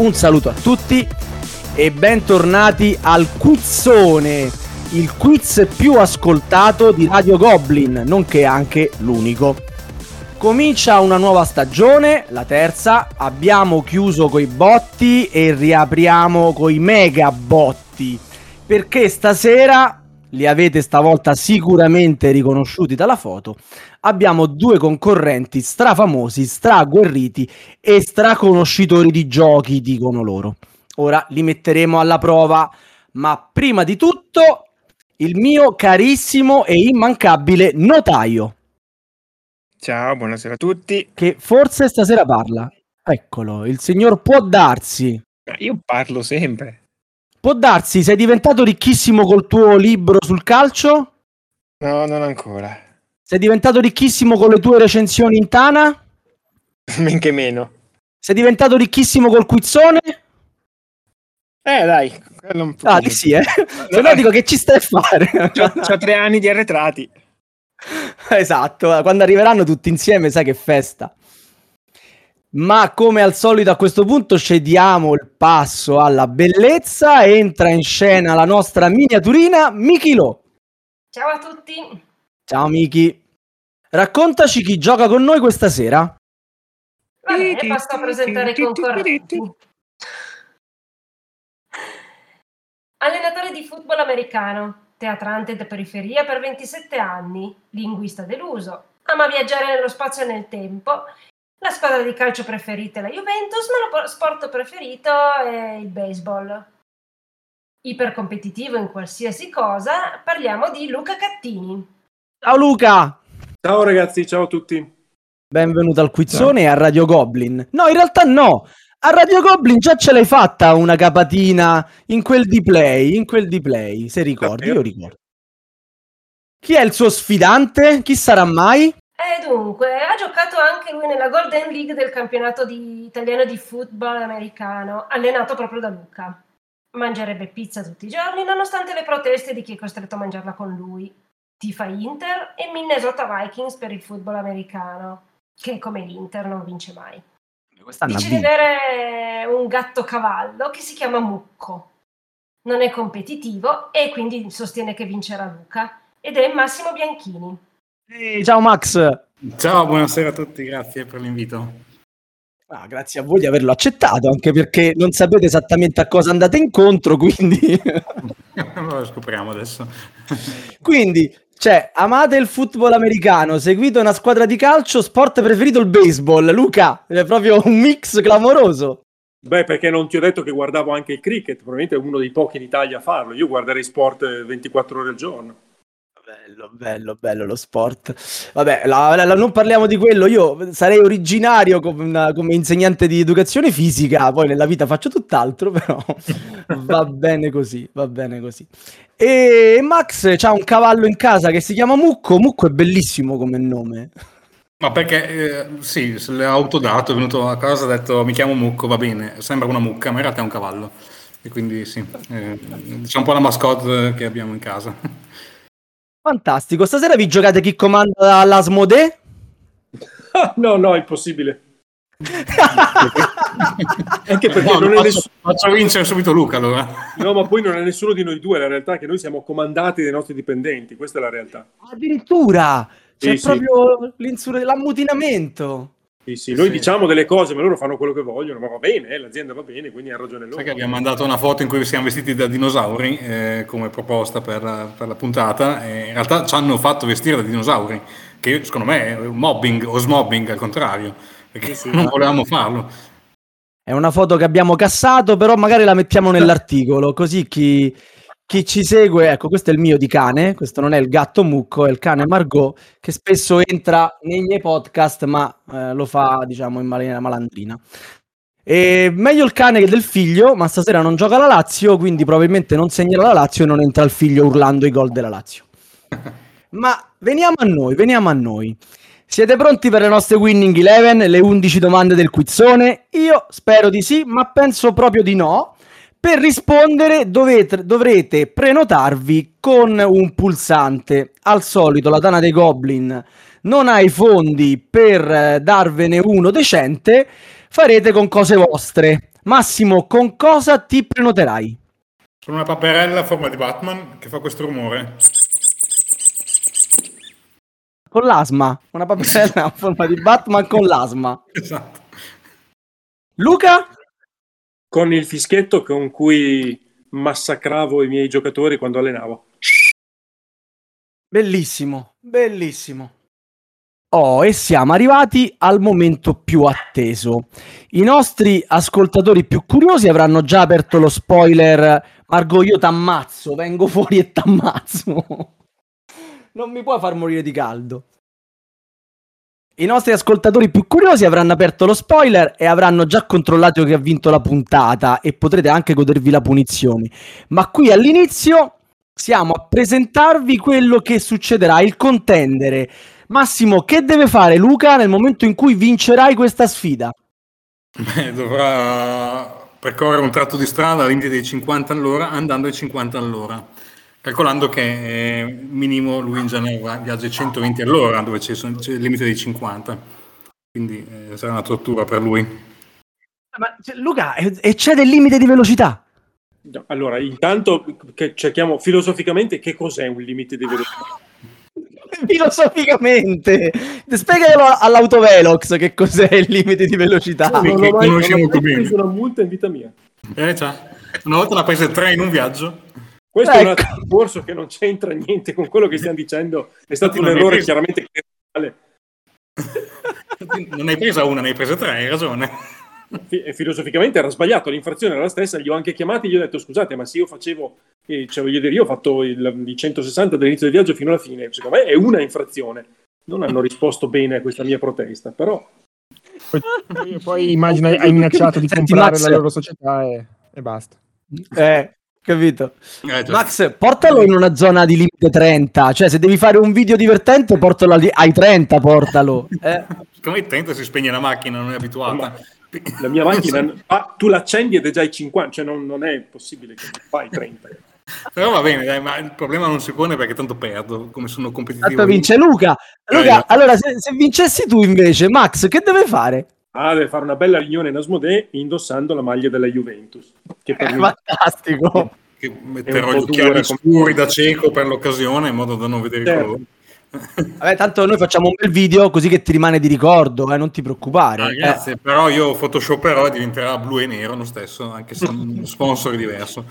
Un saluto a tutti e bentornati al Quizzone, il quiz più ascoltato di Radio Goblin, nonché anche l'unico. Comincia una nuova stagione, la terza, abbiamo chiuso coi botti e riapriamo coi mega botti, perché stasera, li avete stavolta sicuramente riconosciuti dalla foto, abbiamo due concorrenti strafamosi, stragguerriti e straconoscitori di giochi, dicono loro. Ora li metteremo alla prova, ma prima di tutto il mio carissimo e immancabile notaio. Ciao, buonasera a tutti. Che forse stasera parla. Eccolo, il signor Può Darsi. Io parlo sempre. Può Darsi, sei diventato ricchissimo col tuo libro sul calcio? No, non ancora. Sei diventato ricchissimo con le tue recensioni in Tana? Men che meno. Sei diventato ricchissimo col quizzone? Dai. Un po'. Ah, di sì, Se no dico che ci stai a fare. C'ho 3 anni di arretrati. Esatto, quando arriveranno tutti insieme sai che festa. Ma come al solito a questo punto cediamo il passo alla bellezza. Entra in scena la nostra miniaturina Miki Lo. Ciao a tutti. Ciao Miki. Raccontaci chi gioca con noi questa sera. Va bene, passo a presentare i concorrenti. Allenatore di football americano, teatrante da periferia per 27 anni, linguista deluso, ama viaggiare nello spazio e nel tempo. La squadra di calcio preferita è la Juventus, ma lo sport preferito è il baseball. Ipercompetitivo in qualsiasi cosa, parliamo di Luca Cattini. Ciao Luca! Ciao ragazzi, ciao a tutti. Benvenuto al Quizzone e a Radio Goblin. No, in realtà no! A Radio Goblin già ce l'hai fatta una capatina in quel di play, se ricordi, io ricordo. Chi è il suo sfidante? Chi sarà mai? Dunque, ha giocato anche lui nella Golden League del campionato italiano di football americano, allenato proprio da Luca. Mangerebbe pizza tutti i giorni, nonostante le proteste di chi è costretto a mangiarla con lui. Tifa Inter e Minnesota Vikings per il football americano, che come l'Inter non vince mai. Dice di avere un gatto cavallo che si chiama Mucco. Non è competitivo e quindi sostiene che vincerà Luca. Ed è Massimo Bianchini. Ciao Max. Ciao, buonasera a tutti, grazie per l'invito. Grazie a voi di averlo accettato, anche perché non sapete esattamente a cosa andate incontro, quindi Lo scopriamo adesso. Quindi, amate il football americano, seguite una squadra di calcio, sport preferito il baseball. Luca, è proprio un mix clamoroso. Beh, perché non ti ho detto che guardavo anche il cricket, probabilmente è uno dei pochi in Italia a farlo. Io guarderei sport 24 ore al giorno. Bello lo sport. Vabbè, non parliamo di quello. Io sarei originario come insegnante di educazione fisica, poi nella vita faccio tutt'altro, però va bene così. E Max c'ha un cavallo in casa che si chiama Mucco. Mucco è bellissimo come nome. Ma perché sì, se l'ha autodato, è venuto a casa, ha detto mi chiamo Mucco, va bene, sembra una mucca, ma in realtà è un cavallo. E quindi sì, c'è un po' la mascotte che abbiamo in casa. Fantastico, stasera vi giocate chi comanda l'Asmodee? No, è impossibile. Anche perché faccio vincere subito Luca allora. No, ma poi non è nessuno di noi due, la realtà è che noi siamo comandati dai nostri dipendenti, questa è la realtà. Addirittura c'è Sì, proprio l'ammutinamento. Sì, noi diciamo delle cose, ma loro fanno quello che vogliono, ma va bene, l'azienda va bene, quindi ha ragione loro. Sai che abbiamo mandato una foto in cui siamo vestiti da dinosauri come proposta per la puntata, e in realtà ci hanno fatto vestire da dinosauri, che secondo me è un mobbing o smobbing al contrario, perché non volevamo farlo. È una foto che abbiamo cassato, però magari la mettiamo nell'articolo, così chi ci segue, ecco, questo è il mio di cane, questo non è il gatto Mucco, è il cane Margot, che spesso entra nei miei podcast, ma lo fa, diciamo, in maniera malandrina. E meglio il cane che del figlio, ma stasera non gioca la Lazio, quindi probabilmente non segnerà la Lazio e non entra il figlio urlando i gol della Lazio. Ma veniamo a noi. Siete pronti per le nostre Winning Eleven, le 11 domande del quizzone? Io spero di sì, ma penso proprio di no. Per rispondere dovrete prenotarvi con un pulsante. Al solito la Tana dei Goblin non ha i fondi per darvene uno decente, farete con cose vostre. Massimo, con cosa ti prenoterai? Sono una paperella a forma di Batman che fa questo rumore. Con l'asma. Una paperella a forma di Batman con l'asma. Esatto. Luca? Con il fischietto con cui massacravo i miei giocatori quando allenavo. Bellissimo, bellissimo. Oh, e siamo arrivati al momento più atteso. I nostri ascoltatori più curiosi avranno già aperto lo spoiler. Margot, io t'ammazzo, vengo fuori e t'ammazzo. Non mi puoi far morire di caldo. I nostri ascoltatori più curiosi avranno aperto lo spoiler e avranno già controllato chi ha vinto la puntata e potrete anche godervi la punizione. Ma qui all'inizio siamo a presentarvi quello che succederà, il contendere. Massimo, che deve fare Luca nel momento in cui vincerai questa sfida? Dovrà percorrere un tratto di strada al limite dei 50 all'ora andando ai 50 all'ora, calcolando che minimo lui in Ginevra viaggia ai 120 all'ora dove c'è il limite dei 50, quindi sarà una tortura per lui. Ma Luca, eccede il limite di velocità. Allora, intanto cerchiamo filosoficamente che cos'è un limite di velocità. Filosoficamente, spiegatelo all'autovelox che cos'è il limite di velocità. Non ho mai molto bene. preso una multa in vita mia. Una volta l'ha presa 3 in un viaggio. Questo è un altro discorso che non c'entra niente con quello che stiamo dicendo. È stato un errore chiaramente criminale. Non hai presa una, ne hai prese 3, hai ragione. Filosoficamente era sbagliato, l'infrazione era la stessa, li ho anche chiamati e gli ho detto scusate, ma se io facevo, io ho fatto i 160 dall'inizio del viaggio fino alla fine, secondo me è una infrazione. Non hanno risposto bene a questa mia protesta, però poi immagina hai minacciato di comprare la loro società e basta. Capito? Max, portalo in una zona di limite 30, cioè se devi fare un video divertente portalo ai 30, portalo. Come ai 30 si spegne la macchina, non è abituata. La mia macchina tu l'accendi ed è già ai 50, cioè non è possibile che fai 30. Però va bene, dai, ma il problema non si pone perché tanto perdo, come sono competitivo. Tanto vince Luca. Allora se vincessi tu invece, Max, che deve fare? Deve fare una bella riunione in Asmodee indossando la maglia della Juventus. Che per fantastico. Che metterò gli occhiali scuri da cieco per l'occasione in modo da non vedere i colori. Vabbè, tanto noi facciamo un bel video così che ti rimane di ricordo, non ti preoccupare. Grazie, però io photoshopperò e diventerà blu e nero lo stesso, anche se uno sponsor è diverso.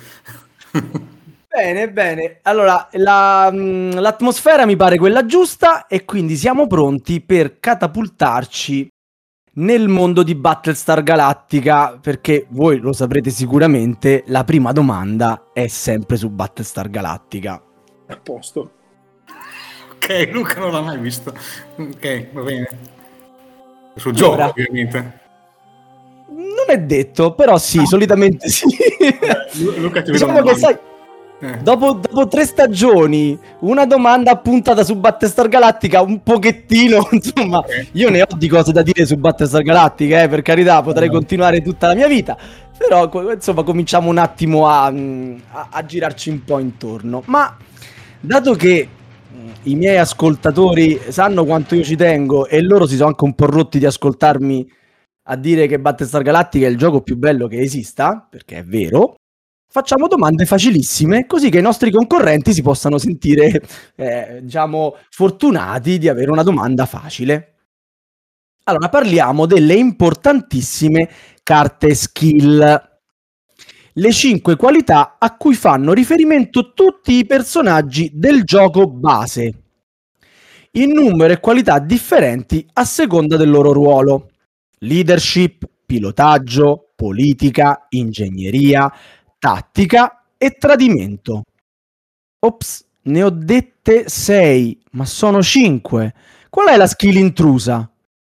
Bene. Allora, l'atmosfera mi pare quella giusta e quindi siamo pronti per catapultarci nel mondo di Battlestar Galactica, perché voi lo saprete sicuramente, la prima domanda è sempre su Battlestar Galactica. A posto. Ok, Luca non l'ha mai visto. Ok, va bene. Sul gioco, ovviamente. Non è detto, però sì, solitamente sì. Luca, ti diciamo che sai, dopo 3 stagioni, una domanda puntata su Battlestar Galactica, un pochettino, insomma, io ne ho di cose da dire su Battlestar Galactica, per carità, potrei continuare tutta la mia vita, però insomma cominciamo un attimo a girarci un po' intorno. Ma dato che i miei ascoltatori sanno quanto io ci tengo e loro si sono anche un po' rotti di ascoltarmi a dire che Battlestar Galactica è il gioco più bello che esista, perché è vero, facciamo domande facilissime così che i nostri concorrenti si possano sentire diciamo fortunati di avere una domanda facile. Allora parliamo delle importantissime carte skill, le 5 qualità a cui fanno riferimento tutti i personaggi del gioco base, in numero e qualità differenti a seconda del loro ruolo: leadership, pilotaggio, politica, ingegneria, tattica e tradimento. Ops, ne ho dette 6, ma sono 5. Qual è la skill intrusa?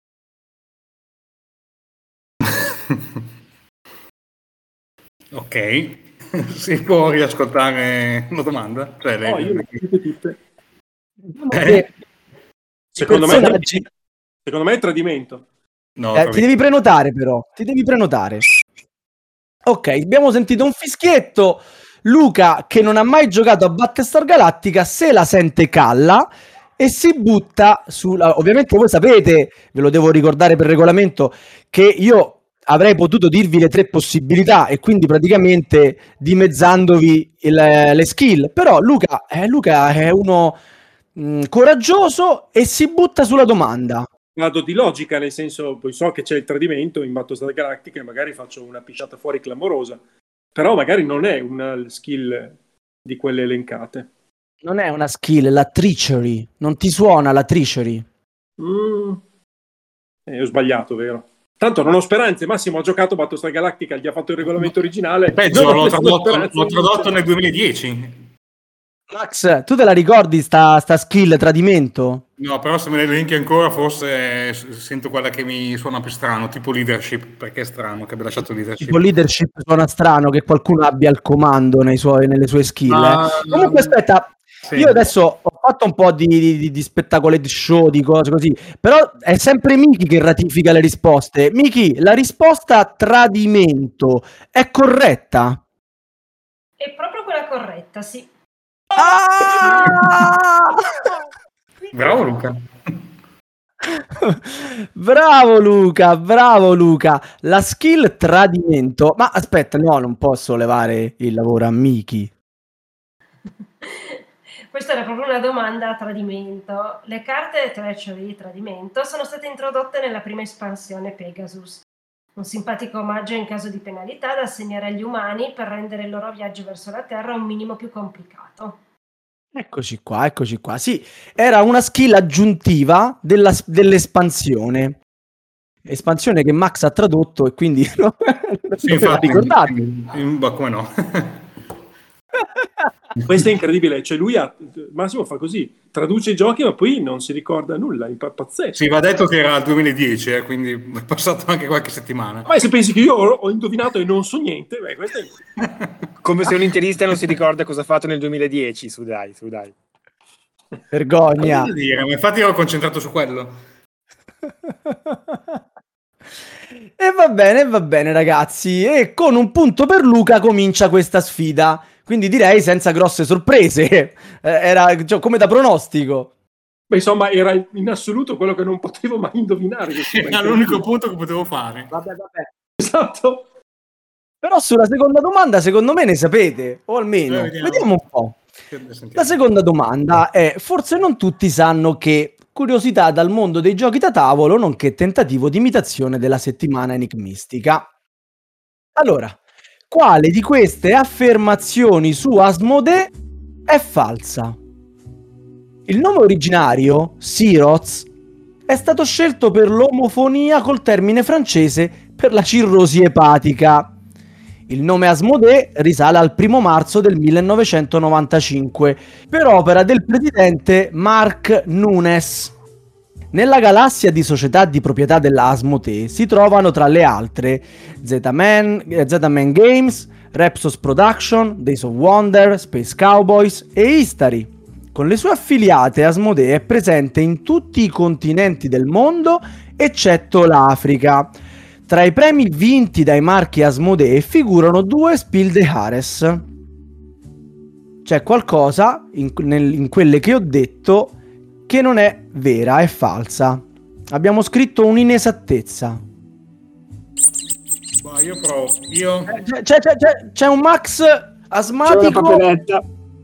Ok, si può riascoltare la domanda? Cioè, io le ho capite tutte. Secondo me è tradimento. No, ti devi prenotare però, ti devi prenotare. Ok, abbiamo sentito un fischietto. Luca, che non ha mai giocato a Battlestar Galactica, se la sente calla e si butta su. Ovviamente voi sapete, ve lo devo ricordare per regolamento, che io avrei potuto dirvi le 3 possibilità e quindi praticamente dimezzandovi le skill, però Luca è uno coraggioso e si butta sulla domanda. Vado di logica, nel senso, poi so che c'è il tradimento in Battlestar Galactica e magari faccio una pisciata fuori clamorosa, però magari non è una skill di quelle elencate. Non è una skill, la treachery. Non ti suona la treachery? Ho sbagliato, vero? Tanto non ho speranze. Massimo ha giocato Battlestar Galactica, gli ha fatto il regolamento originale. Peggio, l'ho tradotto nel 2010. Max, tu te la ricordi sta skill tradimento? No, però se me ne elenchi ancora forse sento quella che mi suona più strano, tipo leadership, perché è strano che abbia lasciato leadership. Tipo leadership suona strano che qualcuno abbia il comando nelle sue skill. Comunque aspetta, sì. Io adesso ho fatto un po' di spettacolati show, di cose così, però è sempre Miki che ratifica le risposte. Miki, la risposta tradimento è corretta? È proprio quella corretta, sì. Ah! Bravo Luca. Bravo Luca. La skill tradimento. Ma aspetta, no, non posso levare il lavoro a Miki. Questa era proprio una domanda a tradimento. Le carte treachery tradimento sono state introdotte nella prima espansione Pegasus. Un simpatico omaggio in caso di penalità da assegnare agli umani per rendere il loro viaggio verso la Terra un minimo più complicato. Eccoci qua. Sì, era una skill aggiuntiva dell'espansione. Espansione che Max ha tradotto e quindi sì, infatti, ricordate. Ma come no? Questo è incredibile, cioè Massimo fa così, traduce i giochi ma poi non si ricorda nulla, è pazzesco. Sì, va detto che era il 2010, quindi è passato anche qualche settimana. Ma se pensi che io ho indovinato e non so niente, questo è... Come se un interista non si ricorda cosa ha fatto nel 2010, su dai. Vergogna. Ma infatti ero concentrato su quello. E va bene ragazzi, e con un punto per Luca comincia questa sfida. Quindi direi senza grosse sorprese, era come da pronostico. Beh, insomma, era in assoluto quello che non potevo mai indovinare. Era l'unico punto che potevo fare. Vabbè. Esatto. Però sulla seconda domanda, secondo me ne sapete, o almeno, vediamo un po'. La seconda domanda è, forse non tutti sanno che curiosità dal mondo dei giochi da tavolo, nonché tentativo di imitazione della settimana enigmistica. Allora, quale di queste affermazioni su Asmodee è falsa? Il nome originario, Siroz, è stato scelto per l'omofonia col termine francese per la cirrosi epatica. Il nome Asmodee risale al 1 marzo del 1995 per opera del presidente Marc Nunes. Nella galassia di società di proprietà della Asmodee si trovano tra le altre Z-Man Games, Repsos Production, Days of Wonder, Space Cowboys e History. Con le sue affiliate Asmodee è presente in tutti i continenti del mondo eccetto l'Africa. Tra i premi vinti dai marchi Asmodee figurano 2 Spiel des Jahres. C'è qualcosa in quelle che ho detto che non è vera, è falsa. Abbiamo scritto un'inesattezza. Ma io provo. C'è un Max asmatico. C'è una papeletta.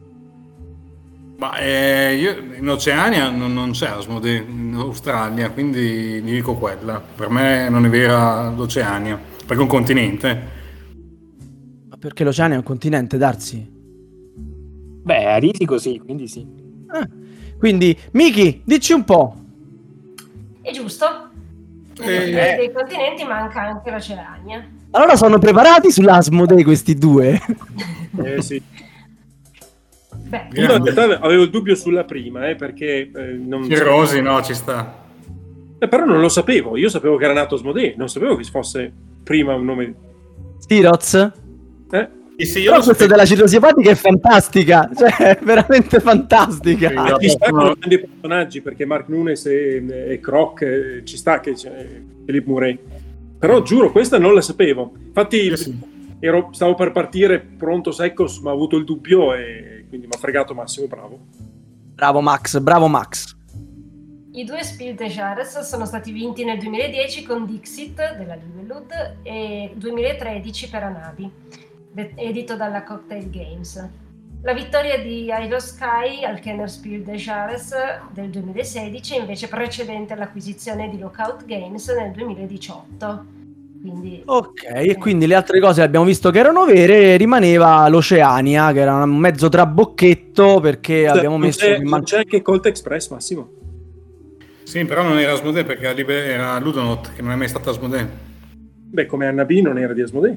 Ma io in Oceania non c'è Asmodee, in Australia, quindi mi dico quella. Per me non è vera l'Oceania, perché è un continente. Ma perché l'Oceania è un continente, Darsi? Beh, a risico sì, quindi sì. Quindi, Miki, dici un po'. È giusto? Dei continenti manca anche l'Oceania. Allora sono preparati sull'Asmodee questi due? Sì. Beh, Io in realtà avevo il dubbio sulla prima, perché non... Cirrosi, no, ci sta. Però non lo sapevo, io sapevo che era nato Asmodee, non sapevo che fosse prima un nome... Stiroz? Però questa della cirrosi epatica è fantastica, cioè è veramente fantastica. Ci sta con grandi personaggi, perché Mark Nunes e Croc, ci sta che c'è Philippe Murray. Però giuro, questa non la sapevo. Infatti stavo per partire pronto secco, ma ho avuto il dubbio e quindi mi ha fregato Massimo, bravo. Bravo Max. I 2 Spiel des Jahres sono stati vinti nel 2010 con Dixit della Libellud e 2013 per Anabi, edito dalla Cocktail Games. La vittoria di Halo Sky al Kenner Spiel des Jahres del 2016 è invece precedente all'acquisizione di Lookout Games nel 2018. Quindi, Ok, e quindi le altre cose abbiamo visto che erano vere, rimaneva l'Oceania, che era un mezzo trabocchetto, perché abbiamo messo... Non c'è anche Colt Express, Massimo. Sì, però non era Asmodee perché era Ludonaut, che non è mai stata Asmodee. Beh, come Anna B non era di Asmodee.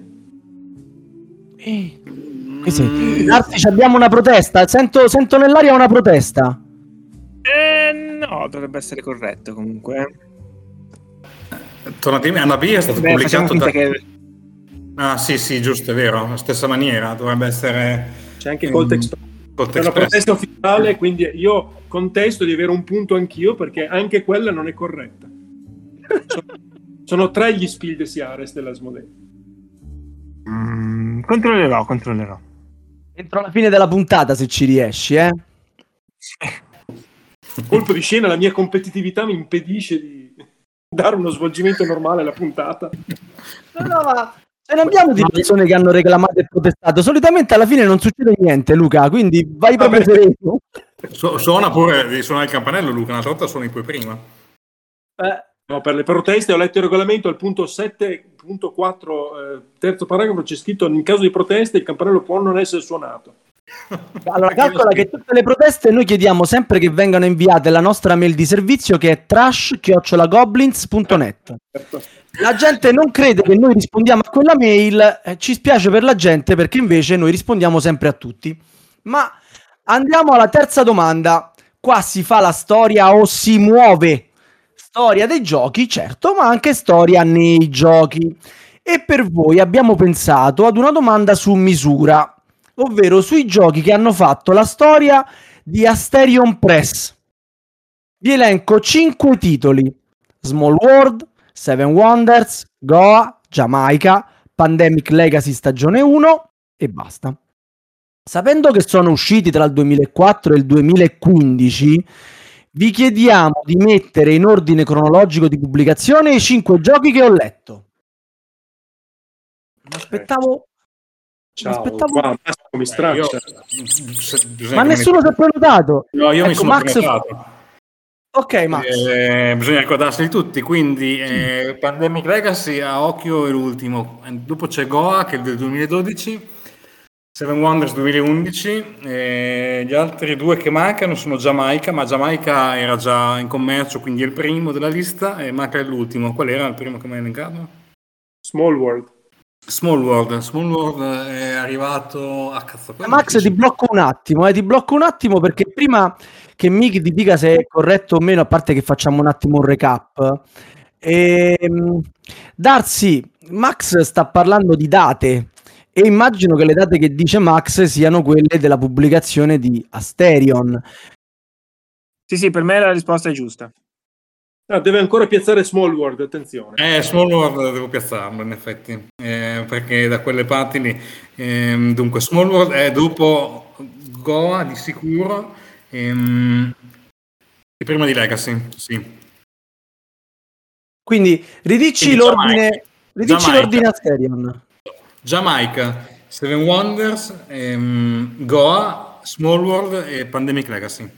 Darsi, abbiamo una protesta, sento nell'aria una protesta. No, dovrebbe essere corretto comunque. Tornatemi, Anna B è stato pubblicato finta che... Ah sì, giusto, è vero, la stessa maniera, dovrebbe essere... C'è anche Colt Express. È una protesta ufficiale, quindi io contesto di avere un punto anch'io, perché anche quella non è corretta. Sono 3 gli Spiel des Jahres dell'Asmodee. Controllerò. Entro la fine della puntata, se ci riesci, Colpo di scena, la mia competitività mi impedisce di dare uno svolgimento normale alla puntata. No, ma ce ne abbiamo di persone che hanno reclamato e protestato. Solitamente alla fine non succede niente, Luca, quindi vai proprio sereno. Suona pure, devi suonare il campanello, Luca, una volta suoni poi prima. No, per le proteste ho letto il regolamento al punto 7.4, terzo paragrafo, c'è scritto: in caso di proteste il campanello può non essere suonato. Allora, calcola che tutte le proteste noi chiediamo sempre che vengano inviate alla nostra mail di servizio, che è trash@goblins.net. La gente non crede che noi rispondiamo a quella mail, ci spiace per la gente, perché invece noi rispondiamo sempre a tutti. Ma andiamo alla terza domanda. Qua si fa la storia o si muove? Storia dei giochi, certo, ma anche storia nei giochi. E per voi abbiamo pensato ad una domanda su misura, ovvero sui giochi che hanno fatto la storia di Asterion Press. Vi elenco 5 titoli: Small World, Seven Wonders, Goa, Giamaica, Pandemic Legacy stagione 1 e basta. Sapendo che sono usciti tra il 2004 e il 2015, vi chiediamo di mettere in ordine cronologico di pubblicazione i 5 giochi che ho letto. Aspettavo... Ciao, qua mi straccia. Ma nessuno si è prenotato. No, io mi Ecco, sono Max... prenotato. Ok, Max. Bisogna ricordarseli tutti, quindi Pandemic Legacy a occhio è l'ultimo, dopo c'è Goa che è del 2012, Seven Wonders 2011, gli altri 2 che mancano sono Giamaica, ma Giamaica era già in commercio, quindi è il primo della lista, e manca l'ultimo. Qual era il primo che mi hai elencato? Small World è arrivato a cazzo. Max, ti blocco un attimo perché prima che Miki ti dica se è corretto o meno, a parte che facciamo un attimo un recap, Darsi, Max sta parlando di date e immagino che le date che dice Max siano quelle della pubblicazione di Asterion. Sì, per me la risposta è giusta. Deve ancora piazzare Small World, attenzione. Small World devo piazzarlo in effetti, perché da quelle parti lì. Dunque Small World è dopo Goa di sicuro, e prima di Legacy, sì. Quindi ridici l'ordine Asterion. Giamaica, Seven Wonders, Goa, Small World e Pandemic Legacy.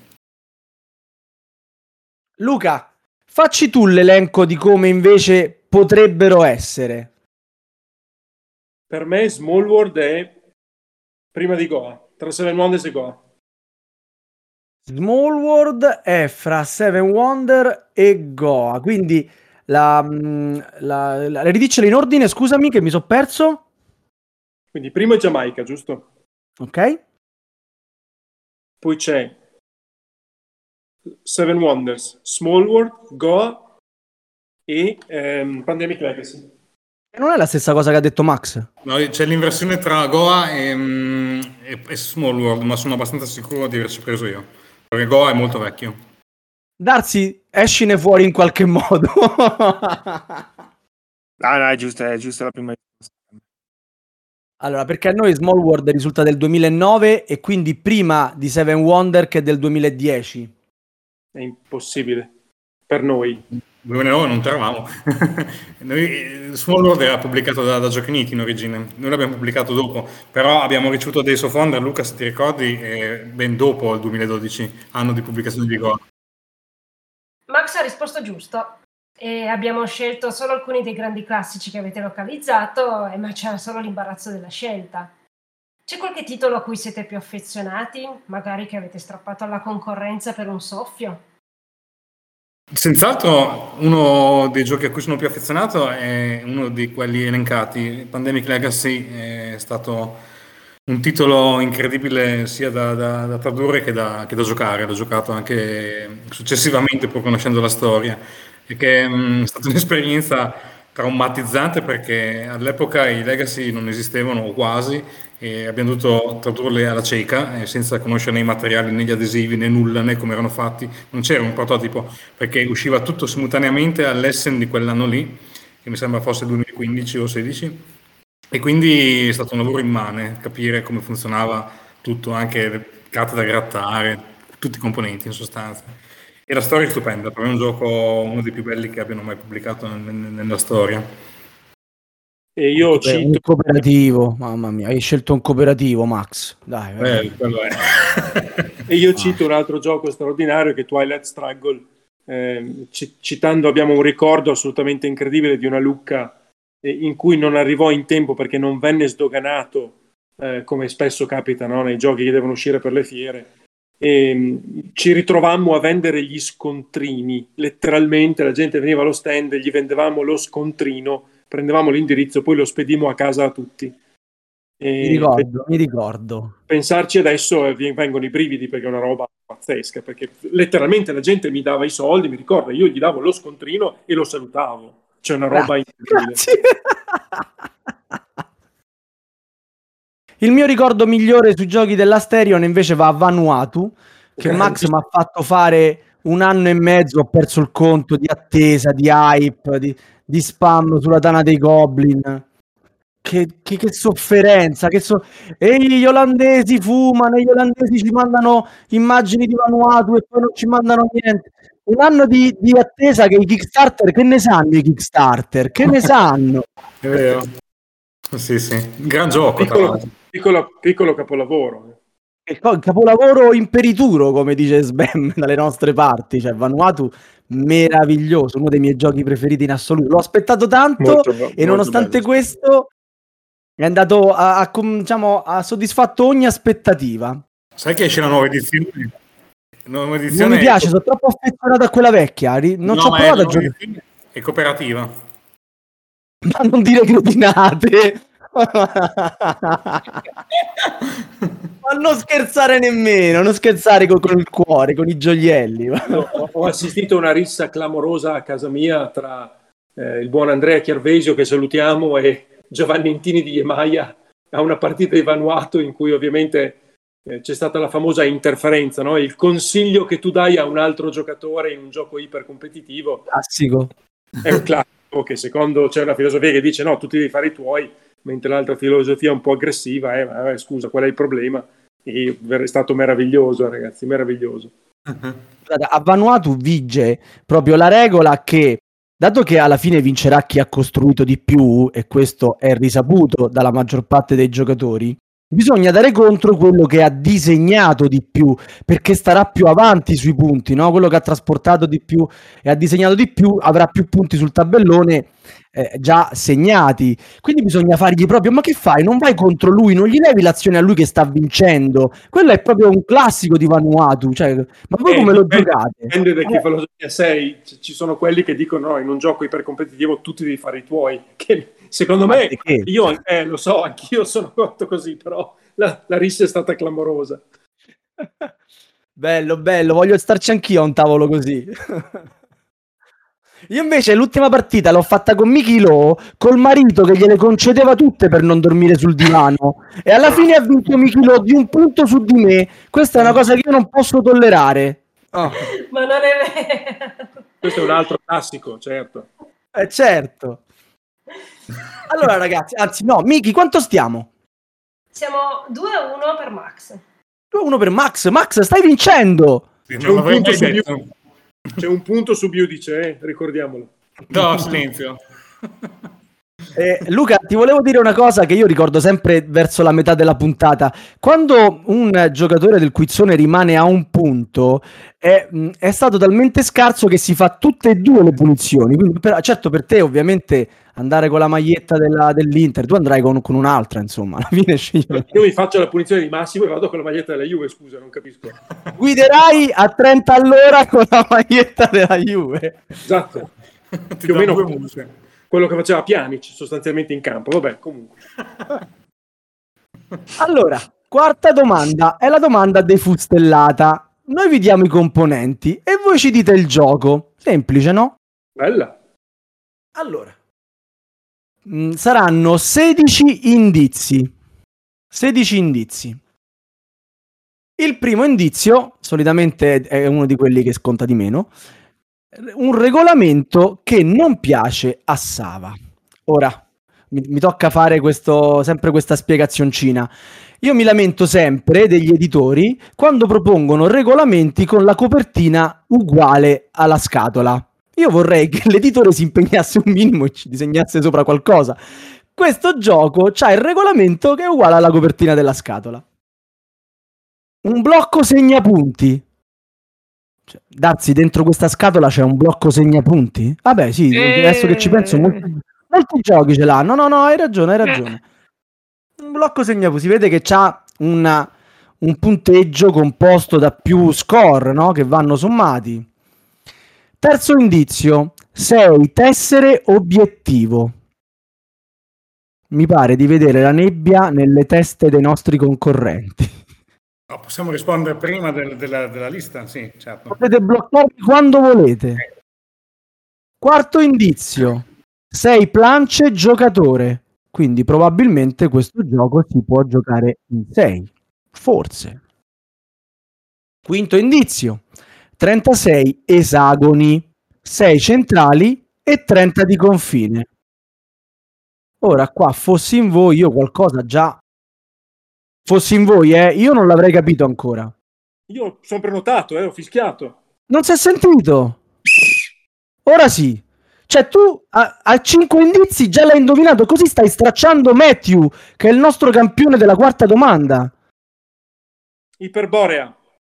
Luca, facci tu l'elenco di come invece potrebbero essere. Per me Small World è prima di Goa, tra Seven Wonders e Goa. Small World è fra Seven Wonder e Goa, quindi ridiccele in ordine, scusami che mi sono perso. Quindi primo è Giamaica, giusto? Ok. Poi c'è Seven Wonders, Small World, Goa e Pandemic Legacy. E non è la stessa cosa che ha detto Max? No, c'è l'inversione tra Goa e Small World, ma sono abbastanza sicuro di averci preso io, perché Goa è molto vecchio. Darsi, escine fuori in qualche modo. No, è giusta la prima risposta. Allora, perché a noi Small World risulta del 2009 e quindi prima di Seven Wonder che del 2010. È impossibile. per noi. 2009 non c'eravamo. Noi, Small World era pubblicato da Giochi Uniti in origine, noi l'abbiamo pubblicato dopo, però abbiamo ricevuto Days of Wonder, Luca se ti ricordi, ben dopo il 2012, anno di pubblicazione di Go. Max ha risposto giusto e abbiamo scelto solo alcuni dei grandi classici che avete localizzato, ma c'era solo l'imbarazzo della scelta. C'è qualche titolo a cui siete più affezionati? Magari che avete strappato alla concorrenza per un soffio? Senz'altro uno dei giochi a cui sono più affezionato è uno di quelli elencati. Pandemic Legacy è stato un titolo incredibile sia da tradurre che da giocare. L'ho giocato anche successivamente pur conoscendo la storia e che è stata un'esperienza traumatizzante perché all'epoca i Legacy non esistevano o quasi e abbiamo dovuto tradurli alla cieca senza conoscere né i materiali né gli adesivi né nulla né come erano fatti, non c'era un prototipo perché usciva tutto simultaneamente all'Essen di quell'anno lì che mi sembra fosse 2015 o 16 e quindi è stato un lavoro immane capire come funzionava tutto, anche le carte da grattare, tutti i componenti in sostanza. E la storia è stupenda, per me è un gioco uno dei più belli che abbiano mai pubblicato nella storia. E io cito un cooperativo, mamma mia, hai scelto un cooperativo, Max. Dai, quello è. E io cito un altro gioco straordinario che è Twilight Struggle. Citando, abbiamo un ricordo assolutamente incredibile di una Lucca in cui non arrivò in tempo perché non venne sdoganato, come spesso capita, no? Nei giochi che devono uscire per le fiere. E ci ritrovammo a vendere gli scontrini, letteralmente la gente veniva allo stand, gli vendevamo lo scontrino, prendevamo l'indirizzo, poi lo spedimmo a casa a tutti. Mi ricordo. Pensarci adesso vengono i brividi perché è una roba pazzesca, perché letteralmente la gente mi dava i soldi, mi ricordo, io gli davo lo scontrino e lo salutavo, c'è una roba incredibile. Il mio ricordo migliore sui giochi dell'Asterion invece va a Vanuatu, che Max mi ha fatto fare 1 anno e mezzo, ho perso il conto di attesa, di hype, di spam sulla Tana dei Goblin. Che sofferenza, e gli olandesi fumano, e gli olandesi ci mandano immagini di Vanuatu e poi non ci mandano niente. 1 anno di attesa che i Kickstarter, che ne sanno i Kickstarter? Che ne sanno? È vero. Sì, gran gioco. Piccolo capolavoro. Il capolavoro imperituro, come dice Sbam dalle nostre parti, cioè Vanuatu meraviglioso, uno dei miei giochi preferiti in assoluto. L'ho aspettato tanto e nonostante questo è andato ha soddisfatto ogni aspettativa. Sai che esce la nuova edizione? Non mi piace, sono troppo affezionato a quella vecchia. Non ci ho provato a giocare. È cooperativa. Ma non dire cretinate. Ma non scherzare nemmeno, non scherzare con il cuore, con i gioielli. Ho assistito a una rissa clamorosa a casa mia tra il buon Andrea Chiarvesio, che salutiamo, e Giovanni Intini di Iemaia a una partita di Vanuatu in cui ovviamente c'è stata la famosa interferenza, no? Il consiglio che tu dai a un altro giocatore in un gioco ipercompetitivo. Classico. È un classico che secondo c'è una filosofia che dice no, tu ti devi fare i tuoi, mentre l'altra filosofia è un po' aggressiva, scusa, qual è il problema? E è stato meraviglioso, ragazzi, meraviglioso. A Vanuatu vige proprio la regola che, dato che alla fine vincerà chi ha costruito di più, e questo è risaputo dalla maggior parte dei giocatori, bisogna dare contro quello che ha disegnato di più, perché starà più avanti sui punti, no? Quello che ha trasportato di più e ha disegnato di più avrà più punti sul tabellone già segnati, quindi bisogna fargli proprio, ma che fai? Non vai contro lui, non gli levi l'azione a lui che sta vincendo. Quello è proprio un classico di Vanuatu, cioè, ma voi come lo giocate? Dipende da che filosofia sei. Ci sono quelli che dicono no, in un gioco ipercompetitivo tu ti devi fare i tuoi, che secondo me io lo so, anch'io sono fatto così, però la rissa è stata clamorosa. Bello, voglio starci anch'io a un tavolo così. Io invece l'ultima partita l'ho fatta con Miki Lo, col marito che gliele concedeva tutte per non dormire sul divano, e alla fine ha vinto Miki Lo di 1 punto su di me. Questa è una cosa che io non posso tollerare. Ma non è vero. Questo è un altro classico, certo. Certo. Allora ragazzi, anzi no, Miki, quanto stiamo? Siamo 2-1 per Max. 2-1 per Max. Max, stai vincendo. Non l'avrei mai detto. C'è un punto su Giudice, ricordiamolo. No, silenzio. Luca, ti volevo dire una cosa che io ricordo sempre verso la metà della puntata. Quando un giocatore del Quizzone rimane a un punto, è stato talmente scarso che si fa tutte e due le punizioni. Quindi, certo, per te ovviamente andare con la maglietta dell'Inter, tu andrai con un'altra, insomma, alla fine scegli. Io mi faccio la punizione di Massimo e vado con la maglietta della Juve, scusa, non capisco. Guiderai a 30 all'ora con la maglietta della Juve. Esatto. Più o meno quello che faceva Pjanic sostanzialmente in campo. Vabbè, comunque. Allora, quarta domanda è la domanda defustellata. Noi vi diamo i componenti e voi ci dite il gioco. Semplice, no? Bella. Allora, saranno 16 indizi. 16 indizi. Il primo indizio, solitamente è uno di quelli che sconta di meno, un regolamento che non piace a Sava. Ora, mi tocca fare sempre questa spiegazioncina. Io mi lamento sempre degli editori quando propongono regolamenti con la copertina uguale alla scatola. Io vorrei che l'editore si impegnasse un minimo e ci disegnasse sopra qualcosa. Questo gioco c'ha il regolamento che è uguale alla copertina della scatola. Un blocco segnapunti. Cioè, Darsi, dentro questa scatola c'è un blocco segnapunti? Vabbè, sì, adesso che ci penso, molti giochi ce l'hanno. No, hai ragione. Un blocco segnapunti, si vede che c'ha un punteggio composto da più score, no? Che vanno sommati. Terzo indizio, 6 tessere obiettivo. Mi pare di vedere la nebbia nelle teste dei nostri concorrenti. No, possiamo rispondere prima della lista? Sì, certo. Potete bloccarvi quando volete. Quarto indizio, 6 plance giocatore. Quindi probabilmente questo gioco si può giocare in 6. Forse. Quinto indizio, 36 esagoni, 6 centrali e 30 di confine. Ora qua, fossi in voi, io qualcosa già... Fossi in voi, io non l'avrei capito ancora. Io sono prenotato, ho fischiato. Non si è sentito? Ora sì. Cioè tu a 5 indizi già l'hai indovinato, così stai stracciando Matthew, che è il nostro campione della quarta domanda. Iperborea.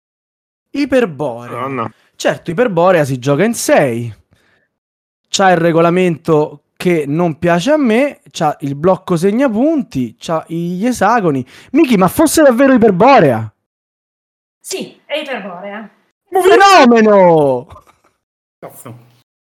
No. Certo, Iperborea si gioca in 6. C'ha il regolamento che non piace a me, c'ha il blocco segnapunti, c'ha gli esagoni. Miki, ma fosse davvero Iperborea? Sì, è Iperborea. Fenomeno! Cazzo.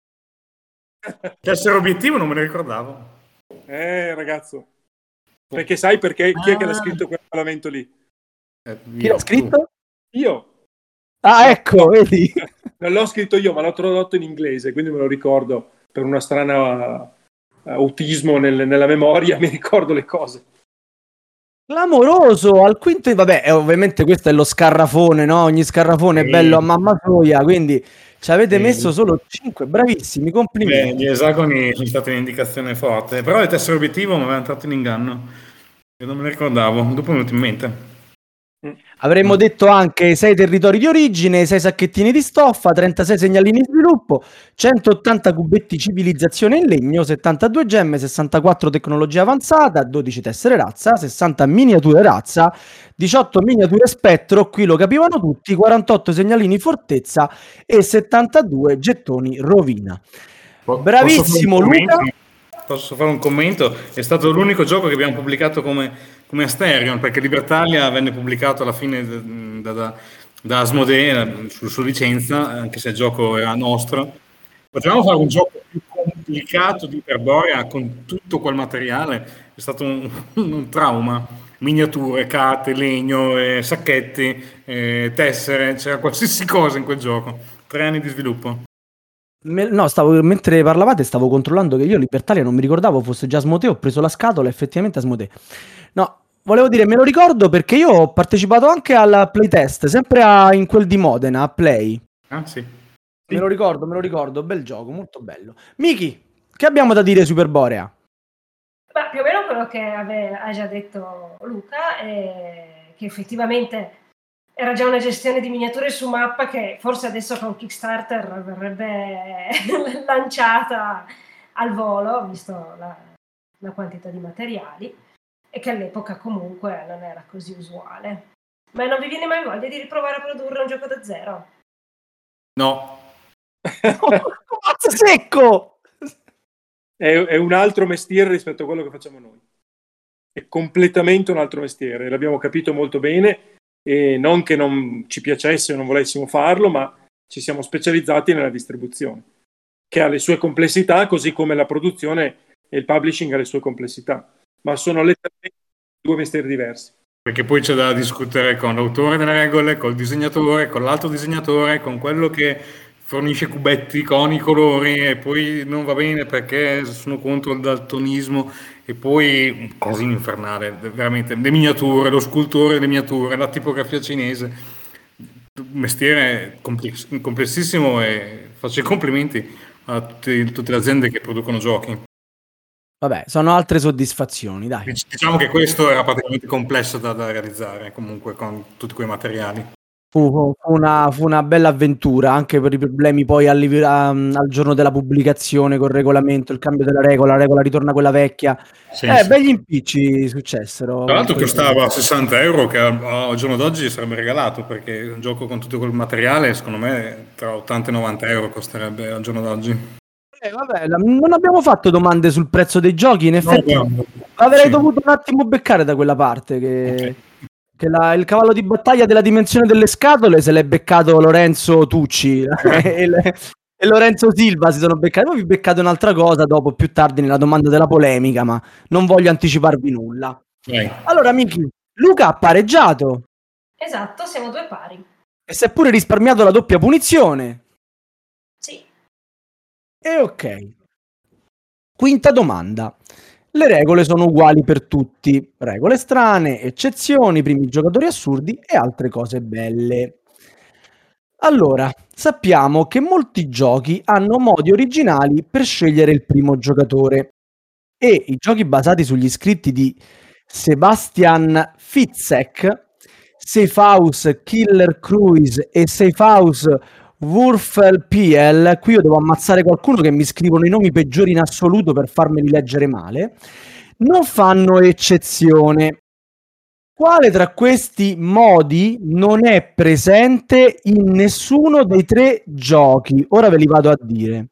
Tessere obiettivo non me ne ricordavo. Ragazzo. Perché sai perché chi è che l'ha scritto quel regolamento lì? Chi l'ha scritto? Io. Ah, ecco, vedi? Non l'ho scritto io, ma l'ho tradotto in inglese, quindi me lo ricordo. Per una strana autismo nella memoria, mi ricordo le cose. Clamoroso, al quinto, vabbè, ovviamente questo è lo scarrafone, no? Ogni scarrafone è bello a mamma soia, quindi ci avete messo solo 5, bravissimi, complimenti. Gli esagoni sono stati un'indicazione forte, però il tessere obiettivo mi aveva tratto in inganno e non me ne ricordavo, dopo mi è venuto in mente. Avremmo detto anche 6 territori di origine, 6 sacchettini di stoffa, 36 segnalini di sviluppo, 180 cubetti civilizzazione in legno, 72 gemme, 64 tecnologia avanzata, 12 tessere razza, 60 miniature razza, 18 miniature spettro, qui lo capivano tutti, 48 segnalini fortezza e 72 gettoni rovina. Bravissimo Luca. Posso fare un commento? È stato l'unico gioco che abbiamo pubblicato come Asterion, perché Libertalia venne pubblicato alla fine da Asmodee su licenza, anche se il gioco era nostro. Potevamo fare un gioco più complicato di Iperborea con tutto quel materiale, è stato un trauma. Miniature, carte, legno, sacchetti, tessere, c'era qualsiasi cosa in quel gioco. 3 anni di sviluppo. No, mentre parlavate stavo controllando che io Libertalia non mi ricordavo fosse già Asmodee, ho preso la scatola, effettivamente Asmodee. No, volevo dire, me lo ricordo perché io ho partecipato anche al playtest, sempre in quel di Modena, a Play. Ah, sì. Me lo ricordo, bel gioco, molto bello. Miki, che abbiamo da dire su Iperborea? Ma più o meno quello che ha già detto Luca, che effettivamente era già una gestione di miniature su mappa che forse adesso con Kickstarter verrebbe lanciata al volo, visto la quantità di materiali, e che all'epoca comunque non era così usuale. Ma non vi viene mai voglia di riprovare a produrre un gioco da zero? No. Mazzo secco! È un altro mestiere rispetto a quello che facciamo noi. È completamente un altro mestiere, l'abbiamo capito molto bene, e non che non ci piacesse o non volessimo farlo, ma ci siamo specializzati nella distribuzione, che ha le sue complessità, così come la produzione e il publishing ha le sue complessità, ma sono letteralmente due mestieri diversi. Perché poi c'è da discutere con l'autore delle regole, col disegnatore, con l'altro disegnatore, con quello che fornisce cubetti con i colori, e poi non va bene perché sono contro il daltonismo, e poi un casino infernale, veramente, le miniature, lo scultore delle miniature, la tipografia cinese, un mestiere complessissimo, e faccio i complimenti a tutte le aziende che producono giochi. Vabbè, sono altre soddisfazioni, dai. Diciamo che questo era praticamente complesso da realizzare, comunque, con tutti quei materiali. Fu una bella avventura, anche per i problemi poi al giorno della pubblicazione col regolamento, il cambio della regola, la regola ritorna quella vecchia. Sì. Begli impicci successero. Tra l'altro costava 60 euro, che al giorno d'oggi sarebbe regalato, perché un gioco con tutto quel materiale, secondo me, tra 80 e 90 euro costerebbe al giorno d'oggi. Vabbè, non abbiamo fatto domande sul prezzo dei giochi, in effetti avrei dovuto un attimo beccare da quella parte che il cavallo di battaglia della dimensione delle scatole se l'è beccato Lorenzo Tucci e Lorenzo Silva si sono beccati. Poi vi beccate un'altra cosa dopo, più tardi, nella domanda della polemica, ma non voglio anticiparvi nulla. Allora, Miki, Luca ha pareggiato. Esatto, siamo 2 pari. E si è pure risparmiato la doppia punizione. Sì. E ok. Quinta domanda. Le regole sono uguali per tutti. Regole strane, eccezioni, primi giocatori assurdi e altre cose belle. Allora, sappiamo che molti giochi hanno modi originali per scegliere il primo giocatore. E i giochi basati sugli scritti di Sebastian Fitzek, Safehouse Killer Cruise e Safehouse Wurfelpiel, qui io devo ammazzare qualcuno che mi scrivono i nomi peggiori in assoluto per farmeli leggere male, non fanno eccezione. Quale tra questi modi non è presente in nessuno dei 3 giochi? Ora ve li vado a dire.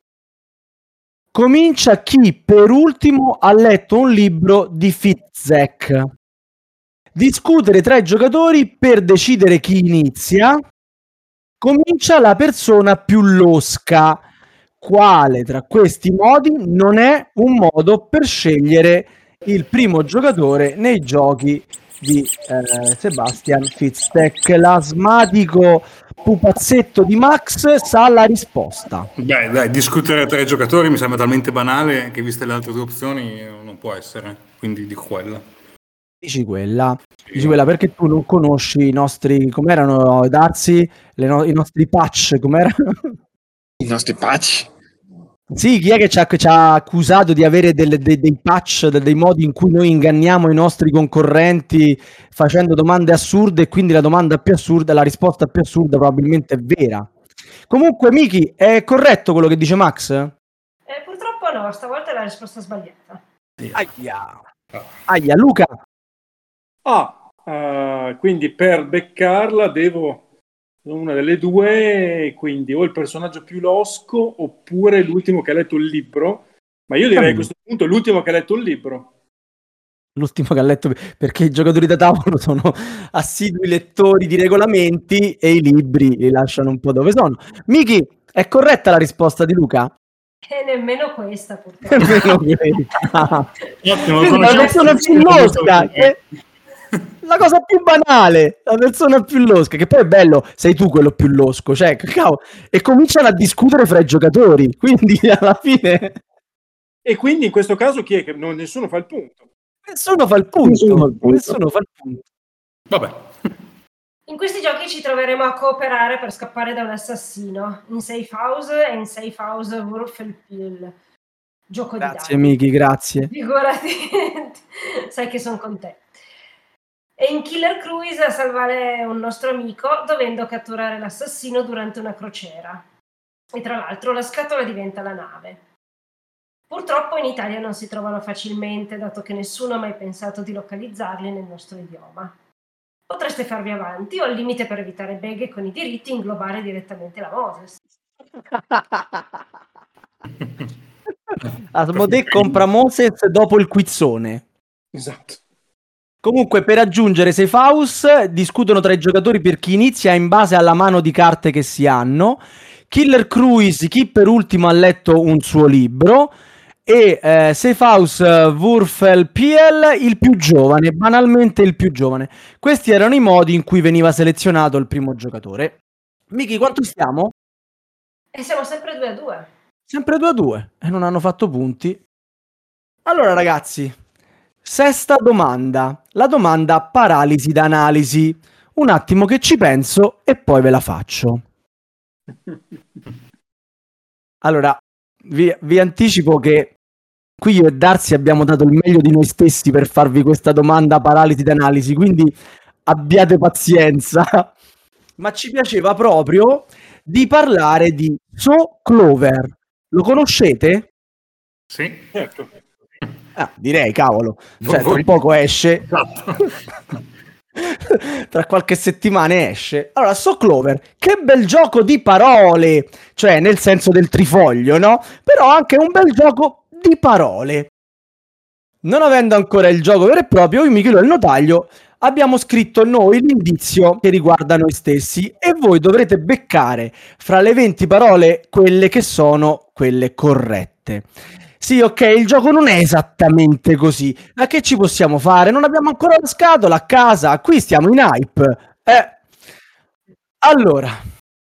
Comincia chi per ultimo ha letto un libro di Fitzek. Discutere tra i giocatori per decidere chi inizia. Comincia la persona più losca. Quale tra questi modi non è un modo per scegliere il primo giocatore nei giochi di Sebastian Fitzek? L'asmatico pupazzetto di Max sa la risposta. Beh, dai, discutere tra i giocatori mi sembra talmente banale che, viste le altre 2 opzioni, non può essere, quindi dico quella. Dici quella perché tu non conosci i nostri, com'erano, Darsi, i nostri patch, com'erano? I nostri patch? Sì, chi è che ci ha accusato di avere dei patch, dei modi in cui noi inganniamo i nostri concorrenti facendo domande assurde, e quindi la domanda più assurda, la risposta più assurda probabilmente è vera. Comunque, Miki, è corretto quello che dice Max? Purtroppo no, stavolta è la risposta sbagliata. Aia, Luca. Quindi per beccarla devo una delle due, quindi o il personaggio più losco oppure l'ultimo che ha letto il libro, ma io direi a questo punto l'ultimo che ha letto il libro. L'ultimo che ha letto, perché i giocatori da tavolo sono assidui lettori di regolamenti e i libri li lasciano un po' dove sono. Miki, è corretta la risposta di Luca? E nemmeno questa, purtroppo. La persona più losca, la cosa più banale, la persona più losca, che poi è bello, sei tu quello più losco, cioè, cavolo, e cominciano a discutere fra i giocatori, quindi alla fine... E quindi in questo caso chi è che nessuno fa il punto? Nessuno fa il punto. Vabbè. In questi giochi ci troveremo a cooperare per scappare da un assassino, in Safehouse e in Safehouse Wurfelpiel. Gioco di dadi. Grazie Miki, grazie. Figurati, sai che sono con te. e in Killer Cruise a salvare un nostro amico dovendo catturare l'assassino durante una crociera. E tra l'altro la scatola diventa la nave. Purtroppo in Italia non si trovano facilmente, dato che nessuno ha mai pensato di localizzarli nel nostro idioma. Potreste farvi avanti o al limite, per evitare beghe con i diritti, inglobare direttamente la Moses. Asmodee compra Moses dopo il quizzone. Esatto. Comunque, per aggiungere Safe House, discutono tra i giocatori per chi inizia in base alla mano di carte che si hanno. Killer Cruise, chi per ultimo ha letto un suo libro. E Safe House Würfelpiel, il più giovane, banalmente il più giovane. Questi erano i modi in cui veniva selezionato il primo giocatore. Miki, quanto stiamo? E siamo sempre 2-2. Sempre 2-2 e non hanno fatto punti. Allora ragazzi, sesta domanda, la domanda paralisi d'analisi. Un attimo che ci penso e poi ve la faccio. Allora, vi anticipo che qui io e Darsi abbiamo dato il meglio di noi stessi per farvi questa domanda paralisi d'analisi, quindi abbiate pazienza. Ma ci piaceva proprio di parlare di So Clover. Lo conoscete? Sì, Certo. Direi, cavolo. Cioè, tra Voi- poco esce. Esatto. Tra qualche settimana esce. Allora, So Clover, che bel gioco di parole, cioè nel senso del trifoglio, no? Però anche un bel gioco di parole. Non avendo ancora il gioco vero e proprio, io, Michele e il Notaglio abbiamo scritto noi l'indizio che riguarda noi stessi e voi dovrete beccare fra le 20 parole quelle che sono quelle corrette. Sì, ok, il gioco non è esattamente così. Ma che ci possiamo fare? Non abbiamo ancora la scatola a casa, qui stiamo in hype. Allora,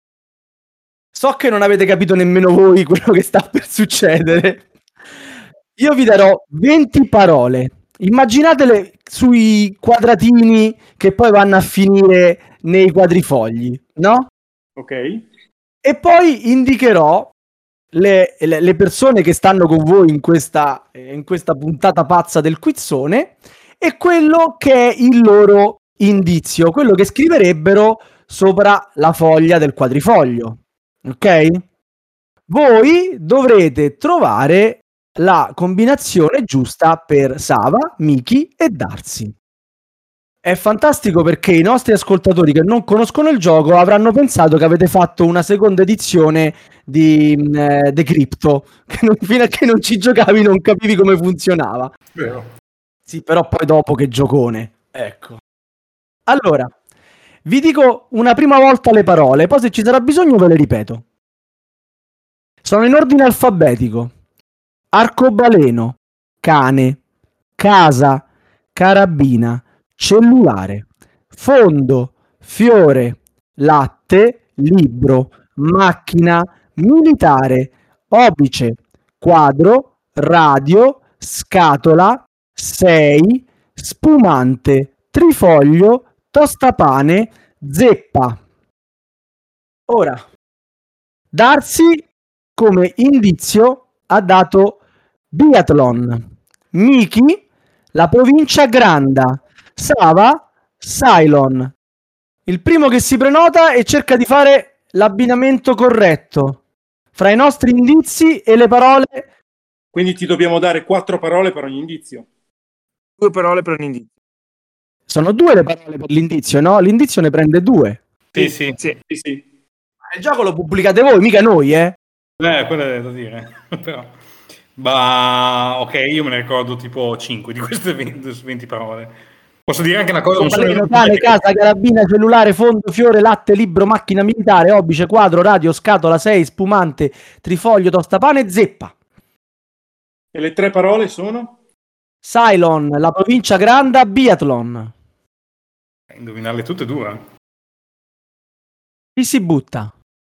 so che non avete capito nemmeno voi quello che sta per succedere. Io vi darò 20 parole. Immaginatele sui quadratini che poi vanno a finire nei quadrifogli, no? Ok. E poi indicherò le persone che stanno con voi in questa puntata pazza del quizzone e quello che è il loro indizio, quello che scriverebbero sopra la foglia del quadrifoglio. Ok? Voi dovrete trovare la combinazione giusta per Sava, Miki e Darsi. È fantastico perché i nostri ascoltatori che non conoscono il gioco avranno pensato che avete fatto una seconda edizione di The Crypto, che fino a che non ci giocavi non capivi come funzionava. Vero. Sì, però poi dopo che giocone. Ecco. Allora, vi dico una prima volta le parole, poi se ci sarà bisogno ve le ripeto. Sono in ordine alfabetico. Arcobaleno, cane, casa, carabina, cellulare, fondo, fiore, latte, libro, macchina, militare, obice, quadro, radio, scatola, 6, spumante, trifoglio, tostapane, zeppa. Ora, Darsi come indizio ha dato biathlon, Miki la provincia Granda, Sava Cylon. Il primo che si prenota e cerca di fare l'abbinamento corretto fra i nostri indizi e le parole. Quindi ti dobbiamo dare 4 parole per ogni indizio. 2 parole per un indizio. Sono 2 le parole per l'indizio, no? L'indizio ne prende 2. Sì, sì. Sì. Sì, sì. Il gioco lo pubblicate voi, mica noi, Quello è da dire. Però. Ma ok, io me ne ricordo tipo 5 di queste 20 parole. Posso dire anche una cosa? Non Arcobaleno, sono... cane, casa, carabina, cellulare, fondo, fiore, latte, libro, macchina militare, obice, quadro, radio, scatola, 6, spumante, trifoglio, tostapane, zeppa. E le 3 parole sono? Cylon, la provincia Granda, biathlon. Indovinarle tutte e due. Chi si butta?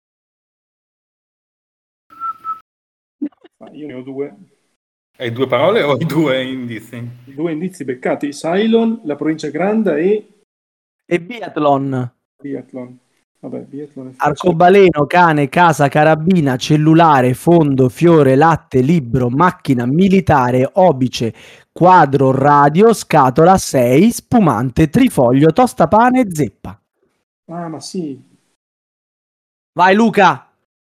Io ne ho 2. Hai 2 parole o hai 2 indizi? 2 indizi beccati. Cylon, la provincia Granda e E biathlon. biathlon. Vabbè, biathlon è facile. Arcobaleno, cane, casa, carabina, cellulare, fondo, fiore, latte, libro, macchina, militare, obice, quadro, radio, scatola, 6, spumante, trifoglio, tostapane, zeppa. Ah, ma sì. Vai Luca!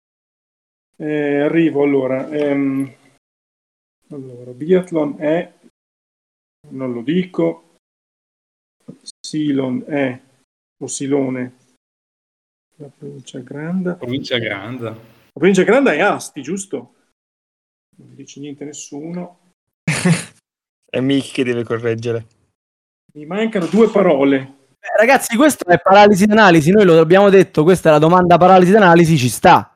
Arrivo allora. Allora, biathlon è, non lo dico, Silon è, o Silone, la provincia grande. Provincia Grande. La provincia grande è Asti, giusto? Non dice niente nessuno. È Mick che deve correggere. Mi mancano 2 parole. Ragazzi, questo è paralisi d'analisi, noi lo abbiamo detto, questa è la domanda paralisi d'analisi, ci sta.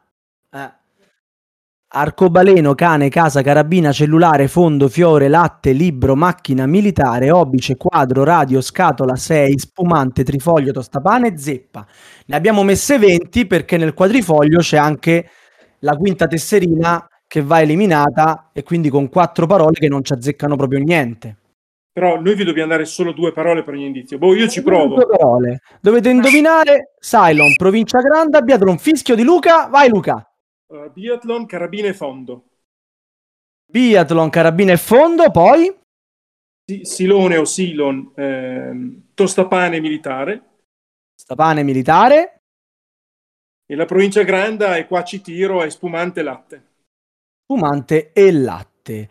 Arcobaleno, cane, casa, carabina, cellulare, fondo, fiore, latte, libro, macchina, militare, obice, quadro, radio, scatola, 6, spumante, trifoglio, tostapane, zeppa. Ne abbiamo messe 20 perché nel quadrifoglio c'è anche la quinta tesserina che va eliminata e quindi con 4 parole che non ci azzeccano proprio niente. Però noi vi dobbiamo dare solo 2 parole per ogni indizio. Boh, io ci provo. 2 parole. Dovete indovinare Cylon, provincia grande, biathlon, fischio di Luca. Vai Luca. Biathlon, carabine e fondo. Biathlon, carabina e fondo, poi Silone o Silon, tostapane militare. Stapane militare. E la provincia grande, e qua ci tiro, è spumante e latte. Spumante e latte.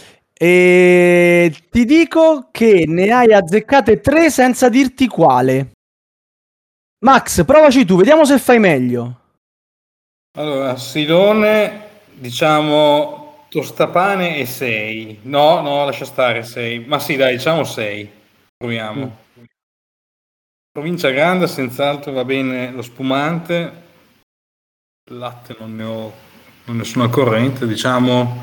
E ti dico che ne hai azzeccate 3 senza dirti quale. Max, provaci tu, vediamo se fai meglio. Allora, Silone, diciamo tostapane e 6. No, lascia stare 6. Ma sì, dai, diciamo 6. Proviamo. Provincia grande, senz'altro va bene lo spumante. Latte non ne sono al corrente, diciamo.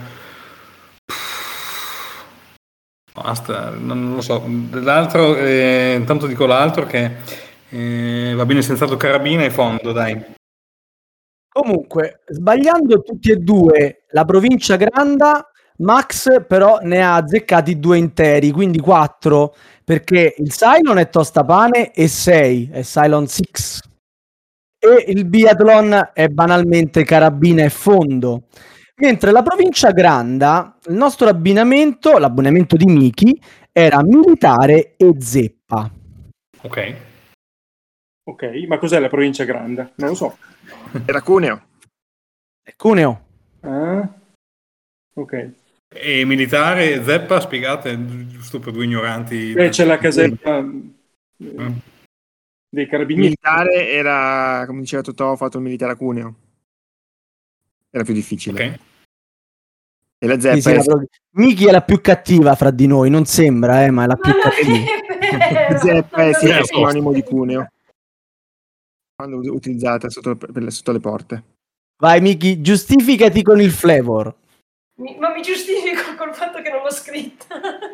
Basta, non lo so. L'altro, intanto dico l'altro che va bene senz'altro carabina e fondo, dai. Comunque, sbagliando tutti e due la provincia grande, Max però ne ha azzeccati 2 interi, quindi 4, perché il Cylon è tostapane e 6, è Cylon 6. E il biathlon è banalmente carabina e fondo. Mentre la provincia grande, il nostro abbinamento, l'abbinamento di Miki, era militare e zeppa. Ok. Ok, ma cos'è la provincia grande? Non lo so. Era Cuneo. Cuneo. Ah, ok. E militare, zeppa, spiegate, giusto per 2 ignoranti. C'è la casetta dei carabinieri. Militare era, come diceva Totò, ho fatto il militare a Cuneo. Era più difficile. Ok. E la zeppa è... Miki è la più cattiva fra di noi, non sembra, ma è la più Ma non cattiva. è zeppa è vero. sinonimo di Cuneo. Quando utilizzata sotto le porte. Vai Miki, giustificati con il flavor. Ma mi giustifico col fatto che non l'ho scritta.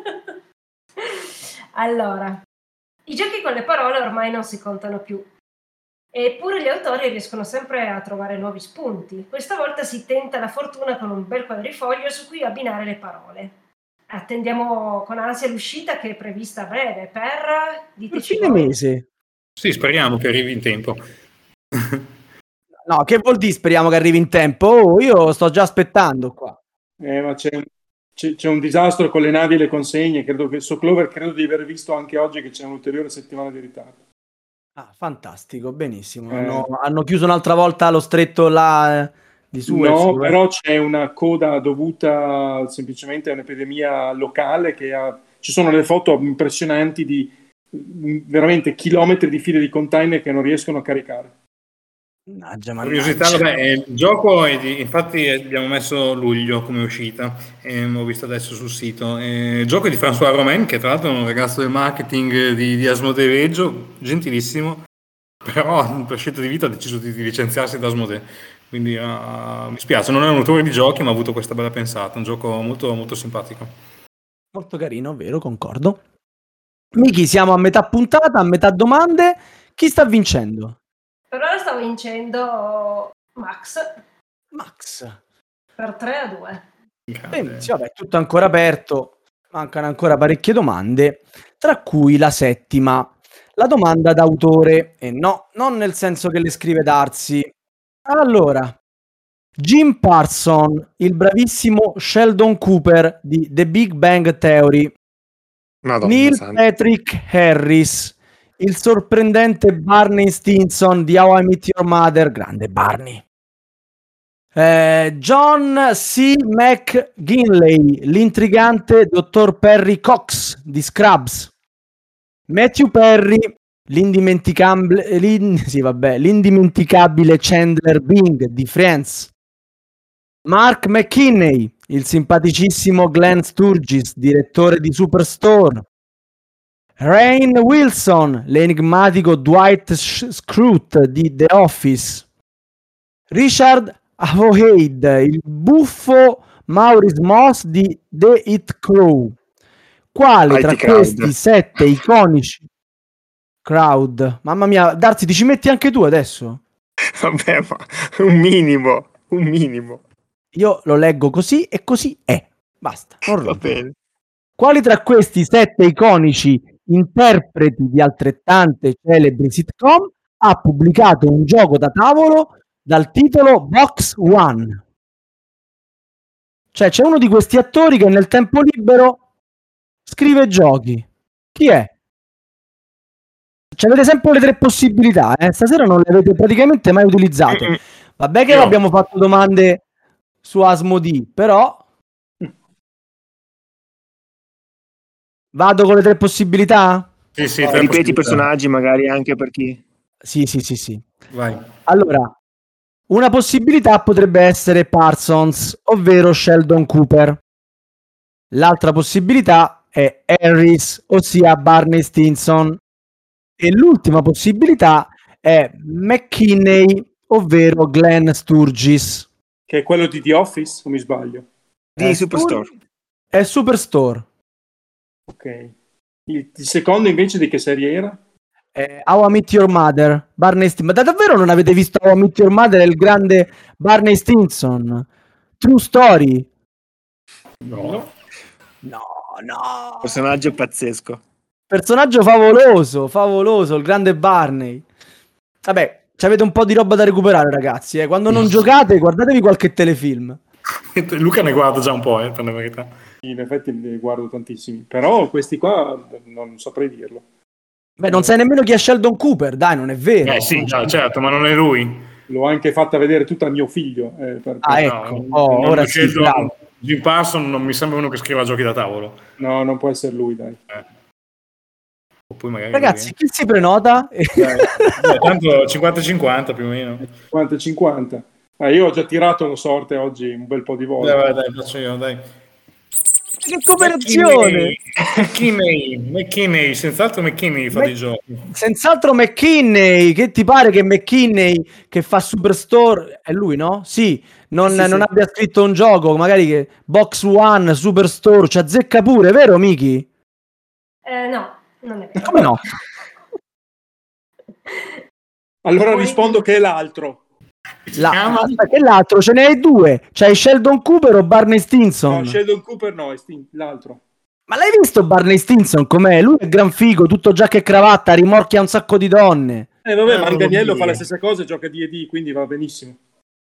Allora, i giochi con le parole ormai non si contano più. Eppure gli autori riescono sempre a trovare nuovi spunti. Questa volta si tenta la fortuna con un bel quadrifoglio su cui abbinare le parole. Attendiamo con ansia l'uscita che è prevista a breve per... diteci Fine voi. mese. Sì, speriamo che arrivi in tempo. No, che vuol dire speriamo che arrivi in tempo? Oh, io sto già aspettando qua. Ma c'è un disastro con le navi e le consegne. Credo che su Clover di aver visto anche oggi che c'è un'ulteriore settimana di ritardo. Ah, fantastico, benissimo. Hanno chiuso un'altra volta lo stretto là di Suez. No, però c'è una coda dovuta semplicemente a un'epidemia locale ci sono delle foto impressionanti di veramente chilometri di file di container che non riescono a caricare. Curiosità, vabbè, il gioco infatti abbiamo messo luglio come uscita, ho visto adesso sul sito. Il gioco è di François Romain, che tra l'altro è un ragazzo del marketing di Asmodee Reggio, gentilissimo, però per scelta di vita ha deciso di licenziarsi da Asmodee, quindi mi spiace, non è un autore di giochi ma ha avuto questa bella pensata, un gioco molto, molto simpatico. Molto carino, vero, concordo. Miki, siamo a metà puntata, a metà domande. Chi sta vincendo? Per ora sta vincendo Max per 3-2. Benissimo, vabbè, tutto ancora aperto, mancano ancora parecchie domande, tra cui la settima. la domanda d'autore, e no, non nel senso che le scrive Darcy. Allora, Jim Parsons, il bravissimo Sheldon Cooper di The Big Bang Theory, Madonna Neil santa. Patrick Harris, il sorprendente Barney Stinson di How I Met Your Mother, grande Barney. John C. McGinley, l'intrigante dottor Perry Cox di Scrubs. Matthew Perry, l'indimenticabile Chandler Bing di Friends. Mark McKinney, il simpaticissimo Glenn Sturgis, direttore di Superstore. Rainn Wilson, l'enigmatico Dwight Schrute di The Office. Richard Avohade, il buffo Maurice Moss di The It Crow. Quale IT tra Crowd. questi 7 iconici Crowd? Mamma mia, Darcy, ti ci metti anche tu adesso? Vabbè, ma un minimo. Io lo leggo così e così è. Basta. Non Va rompo. bene. Quali tra questi 7 iconici interpreti di altrettante celebri sitcom ha pubblicato un gioco da tavolo dal titolo Box One? Cioè c'è uno di questi attori che nel tempo libero scrive giochi. Chi è? Avete sempre le 3 possibilità, stasera non le avete praticamente mai utilizzate. Vabbè che Io. abbiamo fatto domande su Asmodee, però vado con le 3 possibilità? Sì, Ripeti i personaggi magari anche per chi... Sì. Vai. Allora, una possibilità potrebbe essere Parsons, ovvero Sheldon Cooper. L'altra possibilità è Harris, ossia Barney Stinson. E l'ultima possibilità è McKinney, ovvero Glenn Sturgis. Che è quello di The Office, o mi sbaglio? Di Superstore. È Superstore. Ok. Il secondo invece di che serie era? How I Met Your Mother, Barney Stinson. Ma davvero non avete visto How I Met Your Mother e il grande Barney Stinson? True Story. No. No. Personaggio pazzesco. Personaggio favoloso, il grande Barney. Vabbè, avete un po' di roba da recuperare, ragazzi. Quando non giocate, guardatevi qualche telefilm. Luca ne guarda già un po', per la verità. In effetti ne guardo tantissimi. Però questi qua non saprei dirlo. Beh, non sai nemmeno chi è Sheldon Cooper, dai, non è vero. Sì, certo, ma non è lui. L'ho anche fatta vedere tutta a mio figlio. Ecco. No, Ora sì, bravo. Jim Parsons non mi sembra uno che scriva giochi da tavolo. No, non può essere lui, dai. O poi magari Ragazzi, chi si prenota? tanto 50-50 più o meno. 50-50. Io ho già tirato una sorte oggi un bel po' di volte. Dai, faccio io, dai. Che cooperazione! McKinney, senz'altro McKinney fa dei giochi. Senz'altro McKinney, che ti pare che McKinney che fa Superstore è lui, no? Sì, non abbia scritto un gioco, magari che Box One, Superstore, ci azzecca pure, vero Miki? No, non è vero. Come no? Allora rispondo che è l'altro. Aspetta, che l'altro? Ce ne hai 2. C'hai Sheldon Cooper o Barney Stinson? No, Sheldon Cooper no, è l'altro. Ma l'hai visto Barney Stinson com'è? Lui è gran figo, tutto giacca e cravatta, rimorchia un sacco di donne. Vabbè, Manganiello fa la stessa cosa, gioca D&D, quindi va benissimo.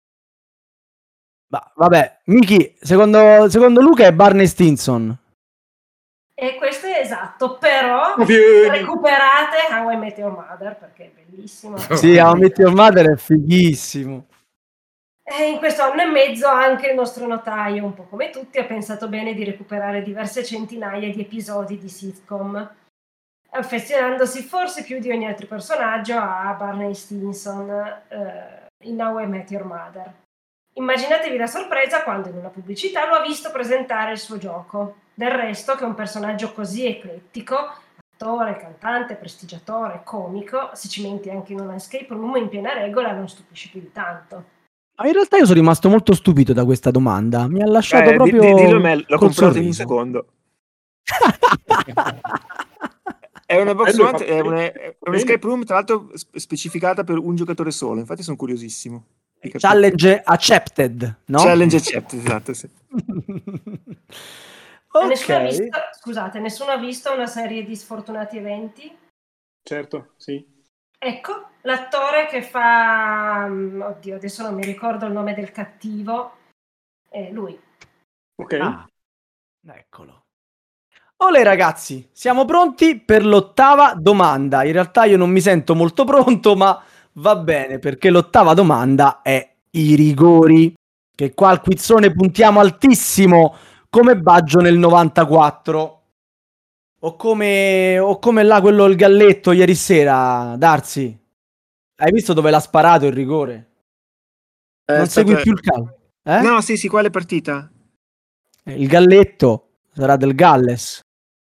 Ma vabbè, Miki, secondo Luca è Barney Stinson. E questo è esatto, però Vieni. recuperate How I Met Your Mother perché è bellissimo. Sì, How I Met Your Mother è fighissimo. E in questo anno e mezzo anche il nostro notaio, un po' come tutti, ha pensato bene di recuperare diverse centinaia di episodi di sitcom, affezionandosi forse più di ogni altro personaggio a Barney Stinson in How I Met Your Mother. Immaginatevi la sorpresa quando in una pubblicità lo ha visto presentare il suo gioco. Del resto, che un personaggio così eclettico, attore, cantante, prestigiatore, comico, si cimenti anche in una escape room in piena regola, non stupisce più di tanto. Ma in realtà io sono rimasto molto stupito da questa domanda. Mi ha lasciato proprio. Dillo a me, l'ho col comprato in un sorriso. secondo. È una box one, è un escape room, tra l'altro specificata per un giocatore solo. Infatti sono curiosissimo. Challenge accepted, no? Challenge accepted, esatto, sì. Ok. Nessuno ha visto una serie di sfortunati eventi? Certo, sì. Ecco, l'attore che fa... Oddio, adesso non mi ricordo il nome del cattivo. È lui. Ok. Eccolo. Olè ragazzi, siamo pronti per l'ottava domanda. In realtà io non mi sento molto pronto, ma va bene, perché l'ottava domanda è i rigori. Che qua al quizzone puntiamo altissimo, come Baggio nel 94. O come là quello il Galletto ieri sera, Darsi. Hai visto dove l'ha sparato il rigore? Non segui più il calcio? No, sì, quale partita? Il Galletto sarà del Galles.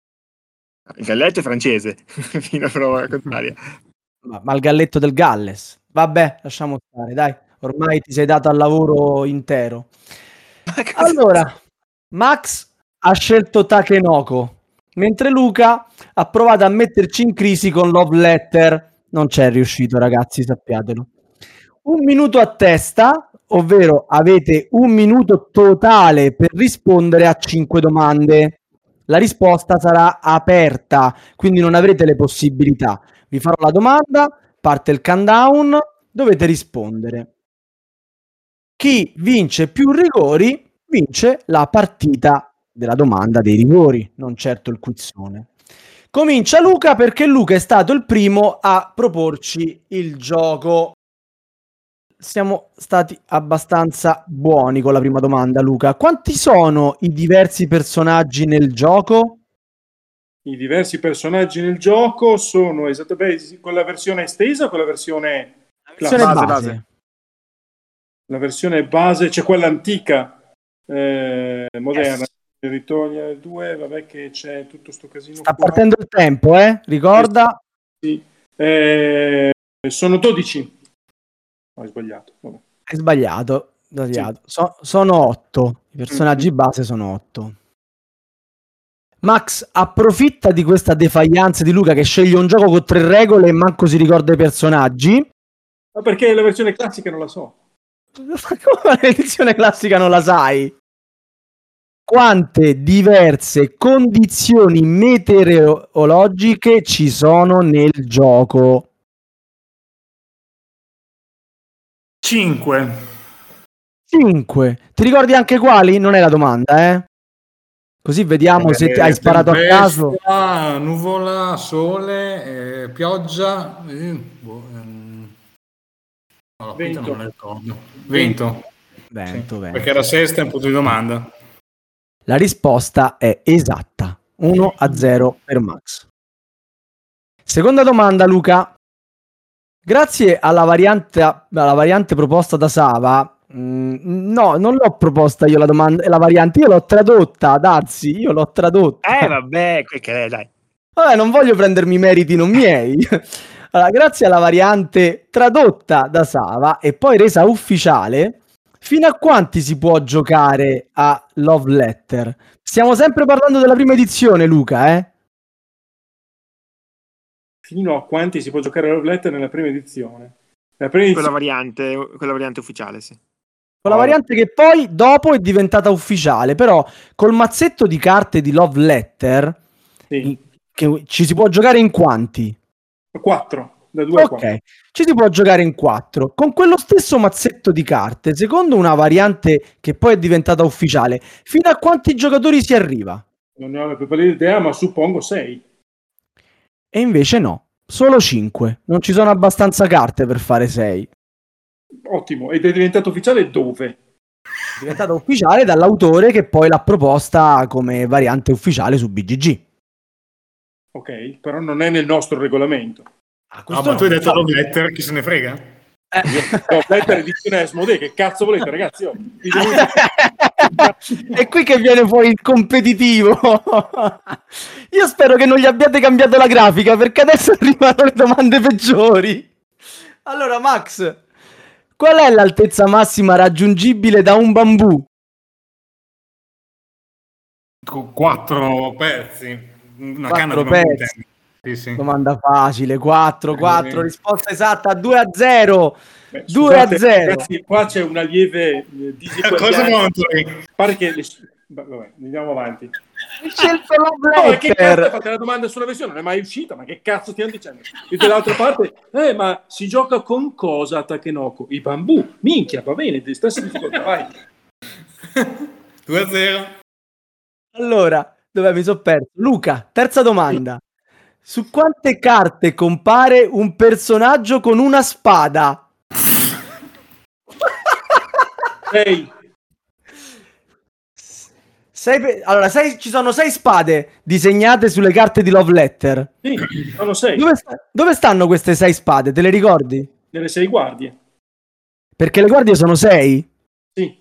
Il Galletto è francese, fino a prova contraria. Ma il Galletto del Galles. Vabbè, lasciamo stare, dai. Ormai ti sei dato al lavoro intero. Allora, Max ha scelto Takenoko, mentre Luca ha provato a metterci in crisi con Love Letter. Non c'è riuscito, ragazzi, sappiatelo. 1 minuto a testa, ovvero avete 1 minuto totale per rispondere a 5 domande. La risposta sarà aperta, quindi non avrete le possibilità. Vi farò la domanda, parte il countdown, dovete rispondere. Chi vince più rigori vince la partita della domanda dei rigori, non certo il quizzone. Comincia Luca perché Luca è stato il primo a proporci il gioco. Siamo stati abbastanza buoni con la prima domanda, Luca. Quanti sono i diversi personaggi nel gioco? I diversi personaggi nel gioco sono esattamente con la versione estesa o con la versione classica? Base. La versione base, c'è quella antica, moderna. Ritorno 2, vabbè che c'è tutto sto casino. Sta partendo il tempo, ricorda? Sì. Sono 12. Ho sbagliato. Vabbè. Hai sbagliato. Sì. Sono 8. I personaggi base sono 8. Max approfitta di questa defiance di Luca che sceglie un gioco con 3 regole e manco si ricorda i personaggi. Ma perché la versione classica non la so. Come l'edizione classica non la sai? Quante diverse condizioni meteorologiche ci sono nel gioco? 5. 5. Ti ricordi anche quali? Non è la domanda, Così vediamo se ti hai sparato a caso. Nuvola, sole, pioggia. Vento. Non me la ricordo. Vento. Vento. Perché era sesta in punto di domanda. La risposta è esatta. 1-0 per Max. Seconda domanda, Luca. Grazie alla variante proposta da Sava, no, non l'ho proposta io la variante, io l'ho tradotta, Darsi, io l'ho tradotta. Vabbè, dai. Vabbè, non voglio prendermi meriti non miei. Allora, grazie alla variante tradotta da Sava e poi resa ufficiale, fino a quanti si può giocare a Love Letter? Stiamo sempre parlando della prima edizione, Luca, Fino a quanti si può giocare a Love Letter nella prima edizione? Quella variante ufficiale, sì. Con la variante che poi dopo è diventata ufficiale, però col mazzetto di carte di Love Letter sì. Che ci si può giocare in quanti? 4, da 2 a 4. Ok, ci si può giocare in 4. Con quello stesso mazzetto di carte, secondo una variante che poi è diventata ufficiale, fino a quanti giocatori si arriva? Non ne ho la più pallida idea, ma suppongo 6. E invece no, solo 5. Non ci sono abbastanza carte per fare 6. Ottimo, ed è diventato ufficiale dove? È diventata ufficiale dall'autore che poi l'ha proposta come variante ufficiale su BGG. Ok, però non è nel nostro regolamento. Ma tu hai detto Love Letter, chi se ne frega? Love Letter edizione Asmodee, che cazzo volete ragazzi? È qui che viene fuori il competitivo. Io spero che non gli abbiate cambiato la grafica, perché adesso arrivano le domande peggiori. Allora Max, qual è l'altezza massima raggiungibile da un bambù? 4 pezzi. Una 4 canna di pezzi. Sì. Domanda facile, 4, risposta esatta, 2-0. Beh, 2-0. Ragazzi, qua c'è una lieve Cosa diseguaglianza. Pare che Vabbè, andiamo avanti. Hai scelto Love Ma che cazzo, Letter. fate la domanda sulla versione, non è mai uscita, ma che cazzo stiamo dicendo? E dall'altra parte, ma si gioca con cosa a Takenoko? I bambù, minchia, va bene, di stessa difficoltà, vai. 2-0. Allora, dove mi sono perso? Luca, terza domanda. Su quante carte compare un personaggio con una spada? 6. Allora, ci sono 6 spade disegnate sulle carte di Love Letter. Sì, sono 6. Dove stanno queste 6 spade? Te le ricordi? Nelle 6 guardie. Perché le guardie sono 6? Sì.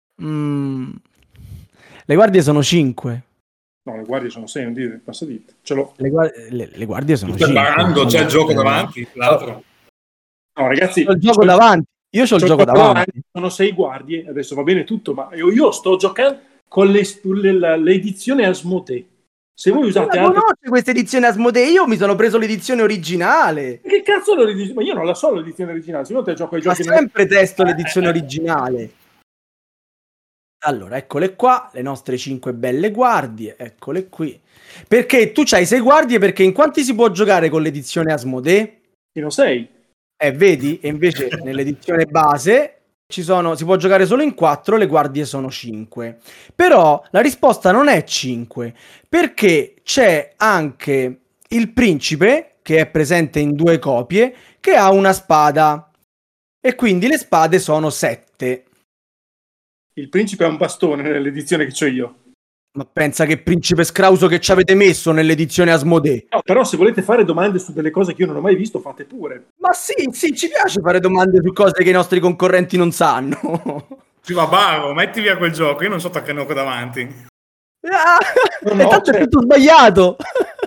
Le guardie sono 5. No, le guardie sono 6, non dite, passa dite. Ce l'ho. Le guardie sono Stai 5. barando, c'è il gioco davanti, l'altro. No, ragazzi, C'ho il gioco davanti. Io c'ho il gioco davanti. Sono 6 guardie, adesso va bene tutto, ma io sto giocando con l'edizione Asmodee. Se voi usate Ma conosci questa edizione Asmodee? Io mi sono preso l'edizione originale. Che cazzo lo ridici? Ma io non la so l'edizione originale, se no te gioco ai Ma giochi. sempre testo l'edizione originale. Allora, eccole qua, le nostre 5 belle guardie, eccole qui. Perché tu c'hai 6 guardie, perché in quanti si può giocare con l'edizione Asmodee? Fino a 6. Vedi? E invece nell'edizione base si può giocare solo in 4, le guardie sono 5. Però la risposta non è 5, perché c'è anche il principe, che è presente in 2 copie, che ha una spada. E quindi le spade sono 7. Il principe ha un bastone nell'edizione che c'ho io. Ma pensa che principe scrauso che ci avete messo nell'edizione Asmodee. No, però se volete fare domande su delle cose che io non ho mai visto, fate pure. Ma sì, ci piace fare domande su cose che i nostri concorrenti non sanno. Sì, ma Baro, metti via quel gioco, io non so Takenoko davanti. E tanto è tutto sbagliato.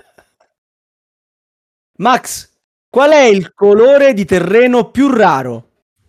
Max, qual è il colore di terreno più raro?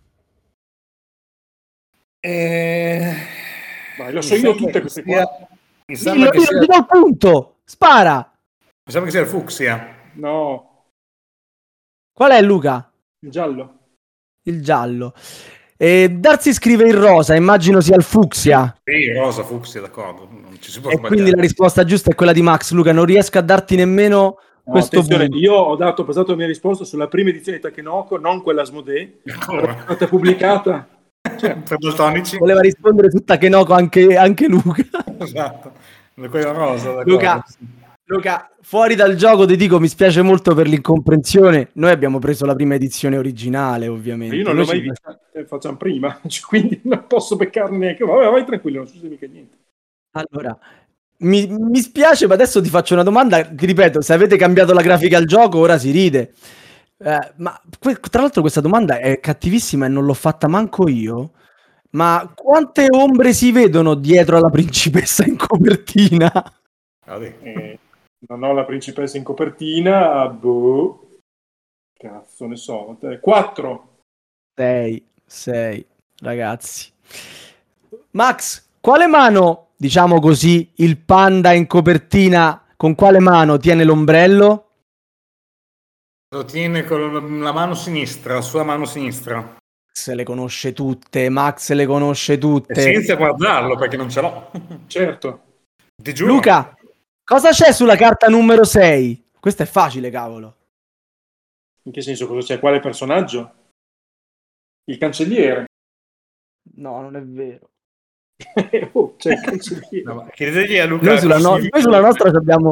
Ma lo so io tutte queste qua. Mi sembra che Ti sia do il punto. Spara. il fucsia. No, Qual è, Luca? il giallo. Il giallo. Darsi scrive il rosa, immagino sia il fucsia. Sì, rosa, fucsia, d'accordo. Non ci si può E sbagliare. quindi la risposta giusta è quella di Max. Luca, non riesco a darti nemmeno No, questo attenzione, punto. io ho basato la mia risposta sulla prima edizione di Takenoko, non quella Asmodee, è stata pubblicata. Per daltonici. Voleva rispondere su Takenoko anche Luca. Esatto. Quella rosa, Luca, fuori dal gioco ti dico, mi spiace molto per l'incomprensione. Noi abbiamo preso la prima edizione originale, ovviamente. Io non l'ho mai vista, facciamo prima, quindi non posso beccarne neanche. Vabbè, vai tranquillo, non succede mica niente. Allora, mi spiace, ma adesso ti faccio una domanda. Ti ripeto, se avete cambiato la grafica al gioco, ora si ride. Ma tra l'altro questa domanda è cattivissima e non l'ho fatta manco io. Ma quante ombre si vedono dietro alla principessa in copertina? Non ho la principessa in copertina, boh. Cazzo ne so, 4. 6, ragazzi. Max, quale mano, diciamo così, il panda in copertina, con quale mano tiene l'ombrello? Lo tiene con la mano sinistra, la sua mano sinistra. Max le conosce tutte. E senza guardarlo, perché non ce l'ho. Certo. Ti giuro. Luca, cosa c'è sulla carta numero 6? Questo è facile, cavolo. In che senso? Cosa c'è? Quale personaggio? Il cancelliere. No, non è vero. C'è il cancelliere. No, chiedetegli a Luca. Noi sulla nostra abbiamo...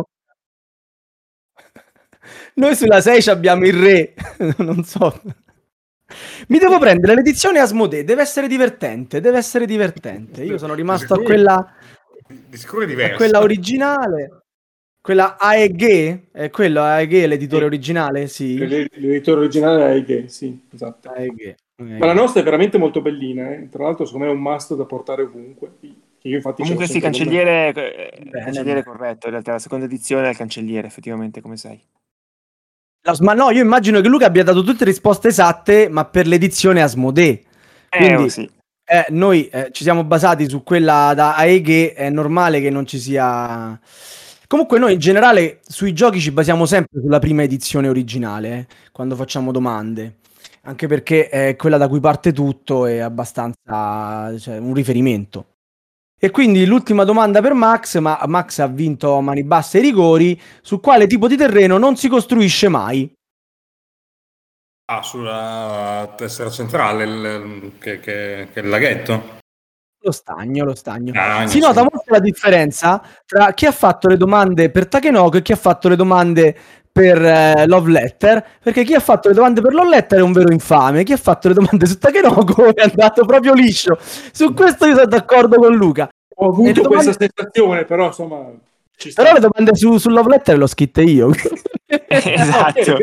Noi sulla 6 abbiamo il re. Non so. Mi devo prendere l'edizione Asmodee. Deve essere divertente. Io sono rimasto a quella... Di sicuro è diverso. Quella originale. Quella AEG? È quello AEG, l'editore originale? Sì. L'editore originale è AEG, sì, esatto. AEG. Ma la nostra è veramente molto bellina, eh? Tra l'altro secondo me è un must da portare ovunque. Io infatti comunque sì, cancelliere è corretto, in realtà la seconda edizione è il cancelliere, effettivamente, come sai. Ma no, io immagino che Luca abbia dato tutte le risposte esatte, ma per l'edizione Asmodee. Quindi sì. noi ci siamo basati su quella da AEG, è normale che non ci sia... Comunque noi in generale sui giochi ci basiamo sempre sulla prima edizione originale, quando facciamo domande. Anche perché è quella da cui parte tutto, è abbastanza, cioè, un riferimento. E quindi l'ultima domanda per Max, ma Max ha vinto a mani basse ai rigori, su quale tipo di terreno non si costruisce mai? Sulla tessera centrale, che è il laghetto. Lo stagno. Si nota molto la differenza tra chi ha fatto le domande per Takenoko e chi ha fatto le domande per Love Letter, perché chi ha fatto le domande per Love Letter è un vero infame, chi ha fatto le domande su Takenoko è andato proprio liscio. Su questo io sono d'accordo con Luca. Ho avuto questa sensazione, però insomma ci sta. Però le domande su Love Letter le ho scritte io. Esatto.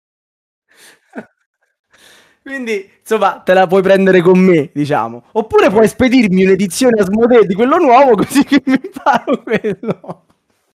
Quindi, insomma, te la puoi prendere con me, diciamo. Oppure puoi spedirmi un'edizione Asmodee di quello nuovo, così che mi imparo quello.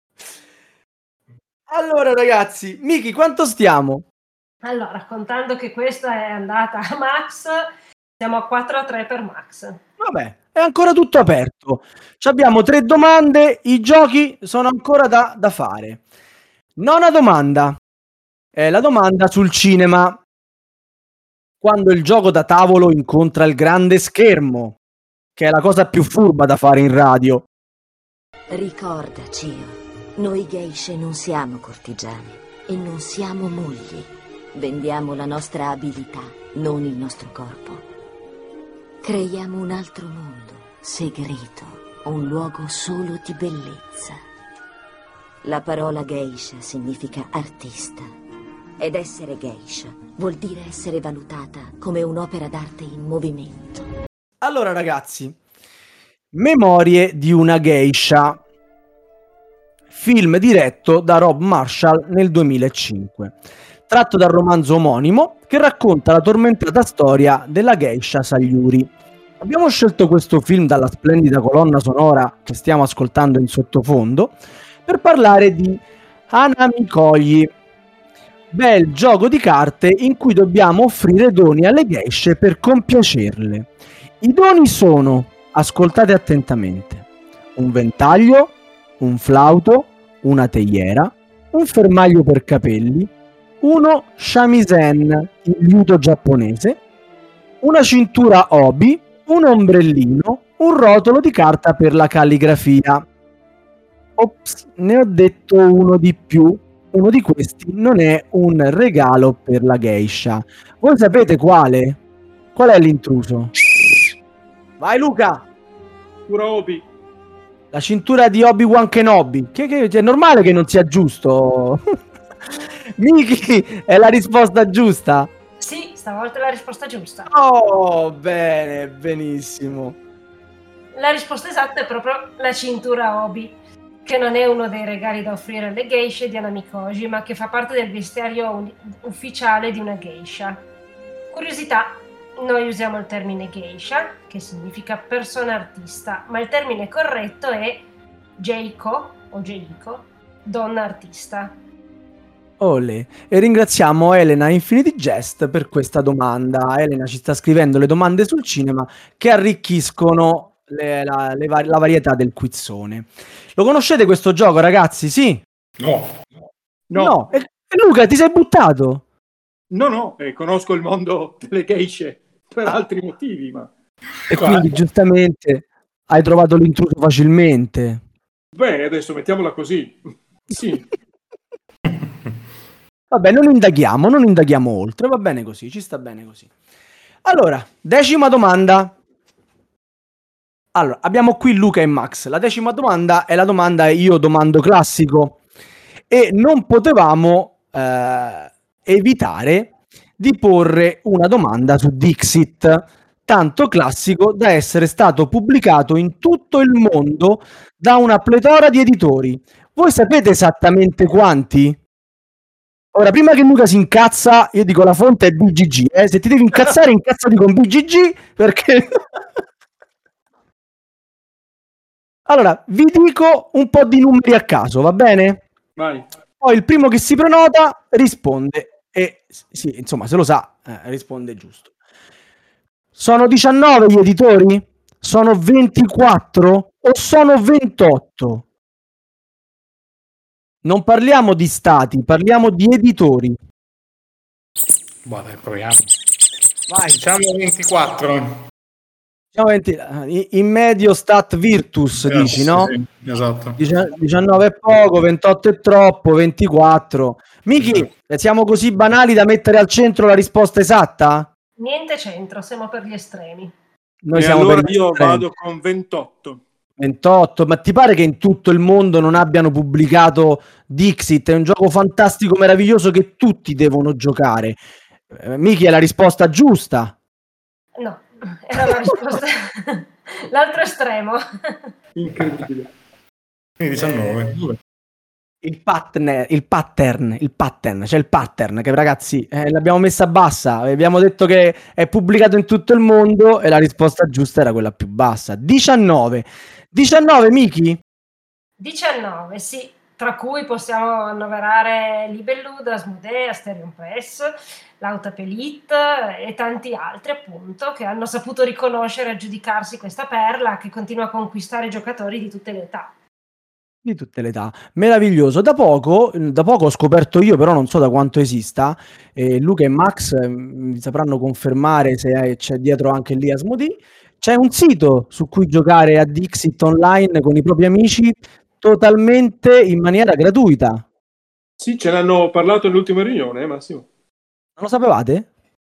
Allora, ragazzi, Miki, quanto stiamo? Allora, contando che questa è andata a Max, siamo a 4-3 per Max. Vabbè, è ancora tutto aperto. Abbiamo 3 domande, i giochi sono ancora da fare. Nona domanda. È la domanda sul cinema. Quando il gioco da tavolo incontra il grande schermo, che è la cosa più furba da fare in radio. Ricorda, Cio, noi geishe non siamo cortigiane e non siamo mogli. Vendiamo la nostra abilità, non il nostro corpo. Creiamo un altro mondo, segreto, un luogo solo di bellezza. La parola geisha significa artista. Ed essere geisha vuol dire essere valutata come un'opera d'arte in movimento. Allora, ragazzi, Memorie di una geisha, film diretto da Rob Marshall nel 2005, tratto dal romanzo omonimo che racconta la tormentata storia della geisha Sayuri. Abbiamo scelto questo film dalla splendida colonna sonora che stiamo ascoltando in sottofondo per parlare di Hanami Koi, bel gioco di carte in cui dobbiamo offrire doni alle geishe per compiacerle. I doni sono, ascoltate attentamente, un ventaglio, un flauto, una teiera, un fermaglio per capelli, uno shamisen, il liuto giapponese, una cintura obi, un ombrellino, un rotolo di carta per la calligrafia. Ops, ne ho detto uno di più. Uno di questi non è un regalo per la geisha. Voi sapete quale? Qual è l'intruso? Vai Luca! Pura Obi. La cintura di Obi-Wan Kenobi. Che è normale che non sia giusto. Miki, è la risposta giusta? Sì, stavolta è la risposta giusta. Oh, bene, benissimo. La risposta esatta è proprio la cintura Obi, che non è uno dei regali da offrire alle geishe di Hanami Koji, ma che fa parte del vestiario ufficiale di una geisha. Curiosità, noi usiamo il termine geisha, che significa persona artista, ma il termine corretto è geiko o geiko, donna artista. Olè. E ringraziamo Elena Infinity Jest per questa domanda. Elena ci sta scrivendo le domande sul cinema che arricchiscono la varietà del quizzone. Lo conoscete questo gioco, ragazzi? Sì? No. E Luca, ti sei buttato? No, conosco il mondo delle geishe per altri motivi, ma... E quindi giustamente hai trovato l'intruso facilmente. Beh, adesso mettiamola così. Sì. Vabbè, non indaghiamo oltre, va bene così, ci sta bene così. Allora, 10ª domanda. Allora, abbiamo qui Luca e Max. La 10ª domanda è la domanda io domando classico e non potevamo evitare di porre una domanda su Dixit, tanto classico da essere stato pubblicato in tutto il mondo da una pletora di editori. Voi sapete esattamente quanti? Ora, prima che Luca si incazza, io dico la fonte è BGG. Se ti devi incazzare, incazzati con BGG, perché... Allora, vi dico un po' di numeri a caso, va bene? Vai. Poi il primo che si prenota risponde. E sì, insomma, se lo sa, risponde giusto. Sono 19 gli editori? Sono 24? O sono 28? Non parliamo di stati, parliamo di editori. Dai, proviamo. Vai. Diciamo 24. In medio stat virtus, dici, no? Sì, esatto. 19 è poco, 28 è troppo, 24. Miki, siamo così banali da mettere al centro la risposta esatta? Niente centro, siamo per gli estremi. Noi E siamo allora per gli io estremi. vado con 28. 28, ma ti pare che in tutto il mondo non abbiano pubblicato Dixit? È un gioco fantastico, meraviglioso che tutti devono giocare. Miki, è la risposta giusta. No, era la risposta. L'altro estremo. Incredibile. Quindi 19. Il pattern, c'è il pattern che ragazzi l'abbiamo messa bassa, abbiamo detto che è pubblicato in tutto il mondo e la risposta giusta era quella più bassa. 19 Miki? 19, sì, tra cui possiamo annoverare Libellud, Asmodee, Asterion Press, l'Autapelite e tanti altri appunto che hanno saputo riconoscere e aggiudicarsi questa perla che continua a conquistare i giocatori di tutte le età. Di tutte le età, meraviglioso. Da poco ho scoperto io, però non so da quanto esista, Luca e Max mi sapranno confermare se c'è dietro anche lì Asmodee. C'è un sito su cui giocare a Dixit online con i propri amici totalmente in maniera gratuita. Sì, ce l'hanno parlato all'ultima riunione, Massimo. Non lo sapevate?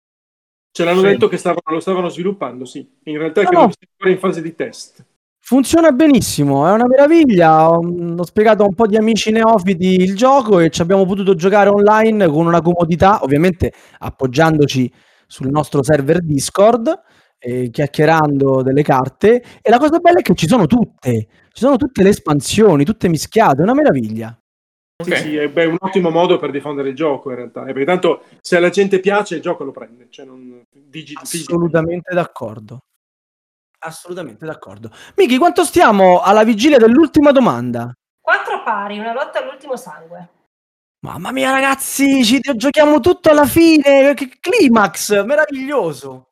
Ce l'hanno Sì. detto che lo stavano sviluppando, sì. In realtà No, credo no. che sia ancora in fase di test. Funziona benissimo, è una meraviglia. Ho spiegato a un po' di amici neofiti il gioco e ci abbiamo potuto giocare online con una comodità, ovviamente appoggiandoci sul nostro server Discord, chiacchierando delle carte. E la cosa bella è che ci sono tutte le espansioni, tutte mischiate, è una meraviglia. Sì, sì, è un ottimo modo per diffondere il gioco in realtà. Perché tanto se alla gente piace il gioco lo prende. Cioè Assolutamente d'accordo. Assolutamente d'accordo. Miki, quanto stiamo alla vigilia dell'ultima domanda? 4 pari, una lotta all'ultimo sangue. Mamma mia, ragazzi, ci giochiamo tutto alla fine. Che climax meraviglioso.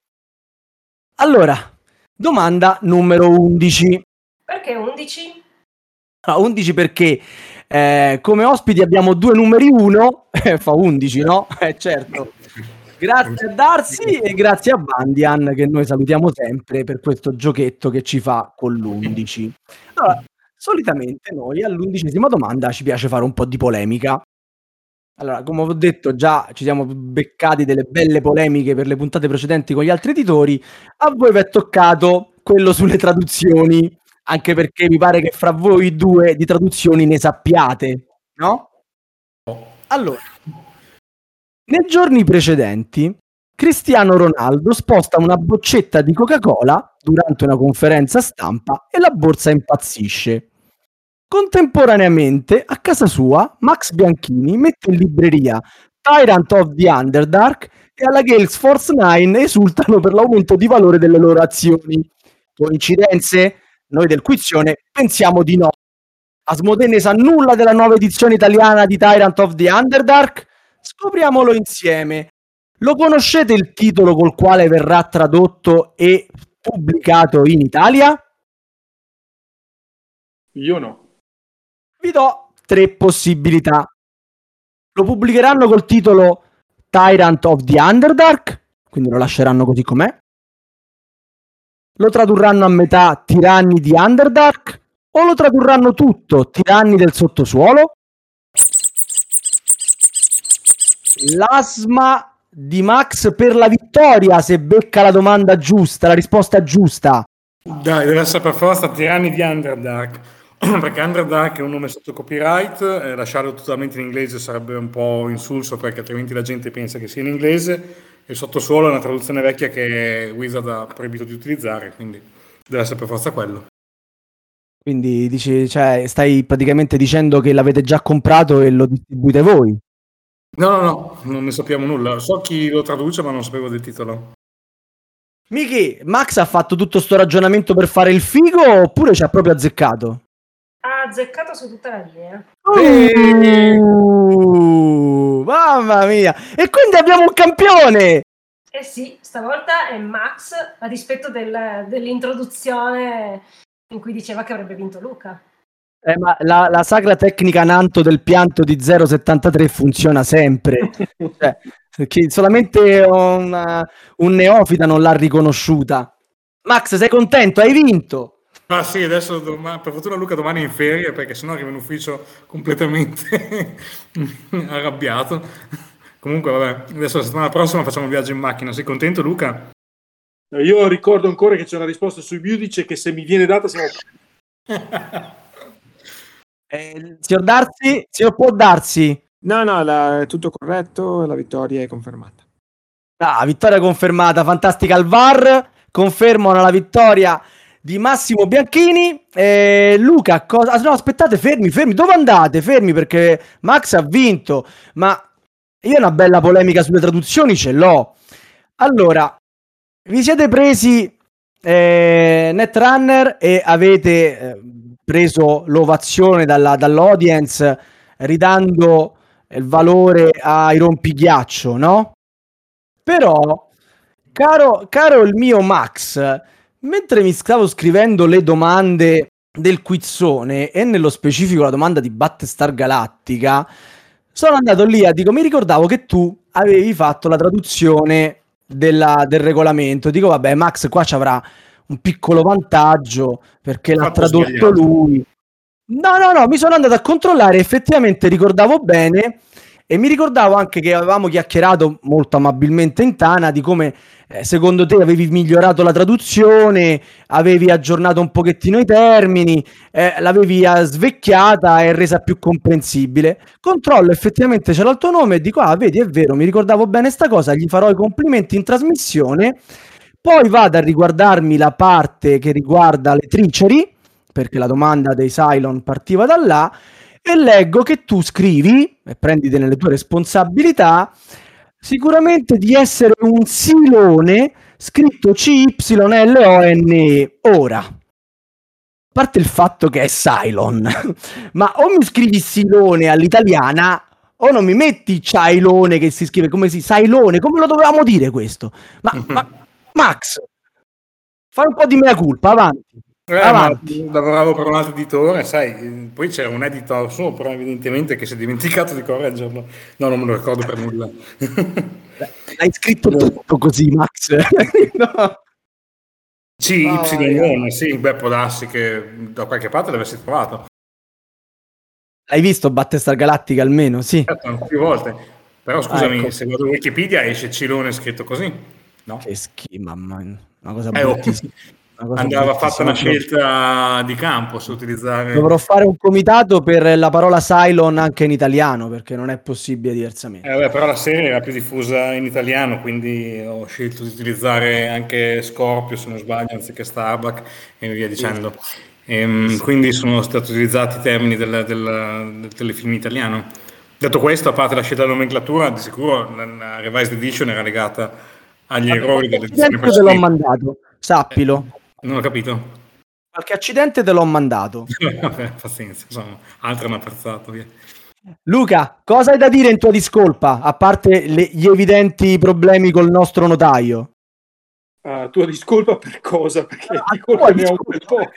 Allora, domanda numero 11. Perché 11? Ah, 11 perché come ospiti abbiamo due numeri 1, fa 11, no? Certo. Grazie a Darsi e grazie a Bandian che noi salutiamo sempre per questo giochetto che ci fa con l'11. Allora, solitamente noi all'11ª domanda ci piace fare un po' di polemica. Allora, come ho detto, già ci siamo beccati delle belle polemiche per le puntate precedenti con gli altri editori. A voi vi è toccato quello sulle traduzioni, anche perché mi pare che fra voi due di traduzioni ne sappiate, no? Allora, nei giorni precedenti, Cristiano Ronaldo sposta una boccetta di Coca-Cola durante una conferenza stampa e la borsa impazzisce. Contemporaneamente, a casa sua, Max Bianchini mette in libreria Tyrant of the Underdark e alla Gales Force 9 esultano per l'aumento di valore delle loro azioni. Coincidenze? Noi del Quizione pensiamo di no. Asmodee ne sa nulla della nuova edizione italiana di Tyrant of the Underdark? Scopriamolo insieme. Lo conoscete il titolo col quale verrà tradotto e pubblicato in Italia? Io no. Vi do 3 possibilità. Lo pubblicheranno col titolo Tyrant of the Underdark, quindi lo lasceranno così com'è. Lo tradurranno a metà Tiranni di Underdark o lo tradurranno tutto Tiranni del sottosuolo? L'asma di Max per la vittoria se becca la domanda giusta, la risposta giusta. Dai, deve essere per forza Tiranni di Underdark, perché Underdark è un nome sotto copyright, lasciarlo totalmente in inglese sarebbe un po' insulso perché altrimenti la gente pensa che sia in inglese, e Sottosuolo è una traduzione vecchia che Wizard ha proibito di utilizzare, quindi deve essere per forza quello. Quindi dici, cioè, stai praticamente dicendo che l'avete già comprato e lo distribuite voi? No, non ne sappiamo nulla. So chi lo traduce, ma non sapevo del titolo. Miki, Max ha fatto tutto sto ragionamento per fare il figo oppure ci ha proprio azzeccato? Ha azzeccato su tutta la linea. Mamma mia! E quindi abbiamo un campione! Eh sì, stavolta è Max, a dispetto dell'introduzione in cui diceva che avrebbe vinto Luca. Ma la sacra tecnica Nanto del pianto di 0,73 funziona sempre. Cioè, perché solamente un neofita non l'ha riconosciuta. Max, sei contento? Hai vinto! Ah sì, adesso per fortuna Luca domani è in ferie, perché sennò arriva in ufficio completamente arrabbiato. Comunque vabbè, adesso la settimana prossima facciamo un viaggio in macchina. Sei contento, Luca? Io ricordo ancora che c'è una risposta sui Giudice che se mi viene data siamo... Signor Darsi, signor può darsi? No, è tutto corretto, la vittoria è confermata. Ah, vittoria confermata, fantastica al VAR, confermano la vittoria di Massimo Bianchini. Luca, no, aspettate, fermi, dove andate? Fermi, perché Max ha vinto, ma io una bella polemica sulle traduzioni ce l'ho. Allora, vi siete presi Netrunner e avete preso l'ovazione dall'audience, ridando il valore ai rompighiaccio, no? Però, caro il mio Max, mentre mi stavo scrivendo le domande del quizzone e nello specifico la domanda di Battlestar Galactica, sono andato lì e dico, mi ricordavo che tu avevi fatto la traduzione del regolamento. Dico, vabbè, Max qua ci avrà un piccolo vantaggio perché l'ha tradotto lui. No, mi sono andato a controllare, effettivamente ricordavo bene. E mi ricordavo anche che avevamo chiacchierato molto amabilmente in Tana di come secondo te avevi migliorato la traduzione, avevi aggiornato un pochettino i termini, l'avevi svecchiata e resa più comprensibile. Controllo, effettivamente c'era il tuo nome e dico, ah vedi è vero, mi ricordavo bene sta cosa, gli farò i complimenti in trasmissione. Poi vado a riguardarmi la parte che riguarda le trinceri, perché la domanda dei Cylon partiva da là, e leggo che tu scrivi, e prendite nelle tue responsabilità, sicuramente di essere un silone scritto CYLONE. Ora, a parte il fatto che è Cylon, ma o mi scrivi silone all'italiana o non mi metti Cylone che si scrive come si Cylone, come lo dovevamo dire questo? Ma Max, fai un po' di mea culpa, avanti. Lavoravo per un altro editore, sai, poi c'era un editor sopra evidentemente che si è dimenticato di correggerlo. No, non me lo ricordo per nulla. Hai scritto tutto così, Max? No. CY, sì, beh, può darsi che da qualche parte l'avessi trovato. Hai visto Battlestar Galactica almeno? Sì. Certo, più volte. Però scusami, ecco. Se vado a Wikipedia esce Cilone scritto così, no? Che schifo, mamma, una cosa bruttissima. Andava fatta una scelta di campo su utilizzare. Dovrò fare un comitato per la parola Cylon anche in italiano, perché non è possibile diversamente. Però la serie era più diffusa in italiano, quindi ho scelto di utilizzare anche Scorpio, se non sbaglio, anziché Starbuck e via dicendo. Quindi sono stati utilizzati i termini del telefilm italiano. Detto questo, a parte la scelta della nomenclatura, di sicuro la revised edition era legata agli errori dell'edizione precedente. Te l'ho mandato, sappilo. Non ho capito. Qualche accidente te l'ho mandato. Vabbè, pazienza, insomma, altro hanno apprezzato. Via. Luca, cosa hai da dire in tua discolpa, a parte gli evidenti problemi col nostro notaio? Tua discolpa per cosa? Perché di colpa ne ho un po'.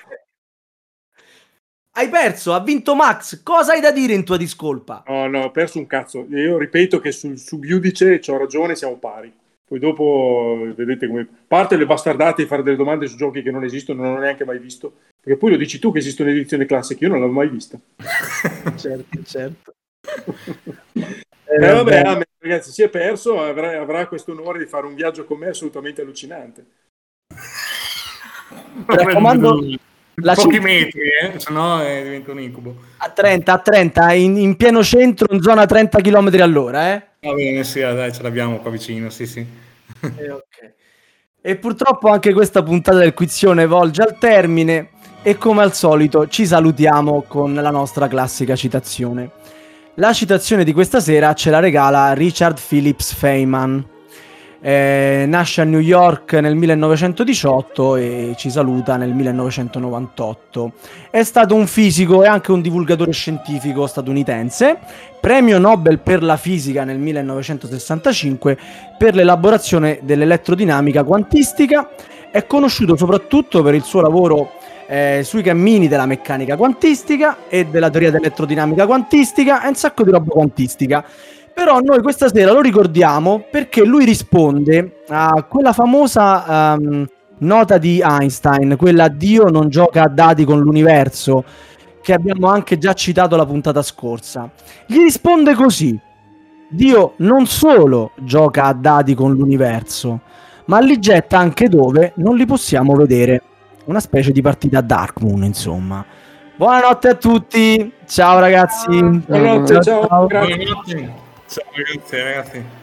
Hai perso, ha vinto Max. Cosa hai da dire in tua discolpa? No, ho perso un cazzo. Io ripeto che sul giudice c'ho ragione, siamo pari. Poi dopo vedete come parte le bastardate di fare delle domande su giochi che non esistono, non ho neanche mai visto. Perché poi lo dici tu che esiste un'edizione classica, io non l'avevo mai vista. certo. Vabbè, ragazzi, si è perso, avrà questo onore di fare un viaggio con me assolutamente allucinante. Mi raccomando, pochi metri, sennò diventa un incubo. A 30, in pieno centro, in zona 30 km all'ora, Va bene, sì, dai, ce l'abbiamo qua vicino, sì. Okay. E purtroppo anche questa puntata del quizione volge al termine e come al solito ci salutiamo con la nostra classica citazione. La citazione di questa sera ce la regala Richard Phillips Feynman. Nasce a New York nel 1918 e ci saluta nel 1998. È stato un fisico e anche un divulgatore scientifico statunitense, premio Nobel per la fisica nel 1965 per l'elaborazione dell'elettrodinamica quantistica. È conosciuto soprattutto per il suo lavoro sui cammini della meccanica quantistica e della teoria dell'elettrodinamica quantistica e un sacco di roba quantistica. Però noi questa sera lo ricordiamo perché lui risponde a quella famosa nota di Einstein, quella Dio non gioca a dadi con l'universo, che abbiamo anche già citato la puntata scorsa. Gli risponde così: Dio non solo gioca a dadi con l'universo, ma li getta anche dove non li possiamo vedere. Una specie di partita Dark Moon, insomma. Buonanotte a tutti, ciao ragazzi. Buonanotte, ciao. Grazie. Buonanotte. Ciao ragazzi.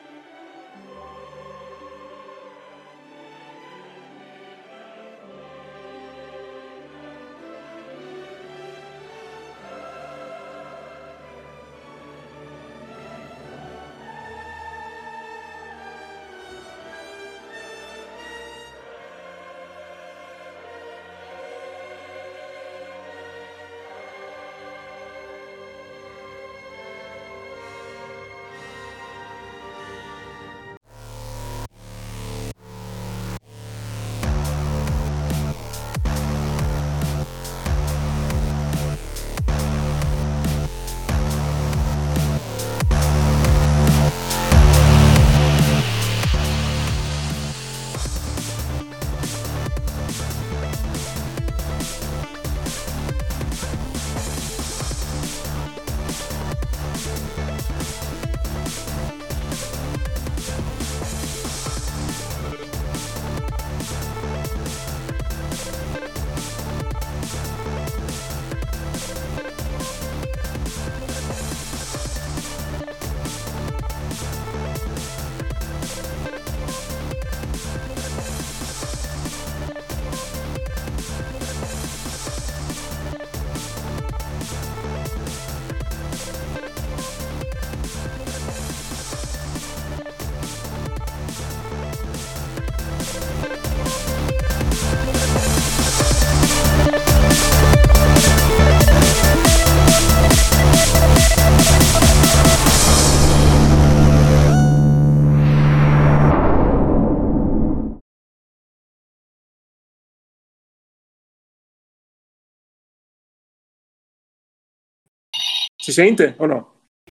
Si sente o no?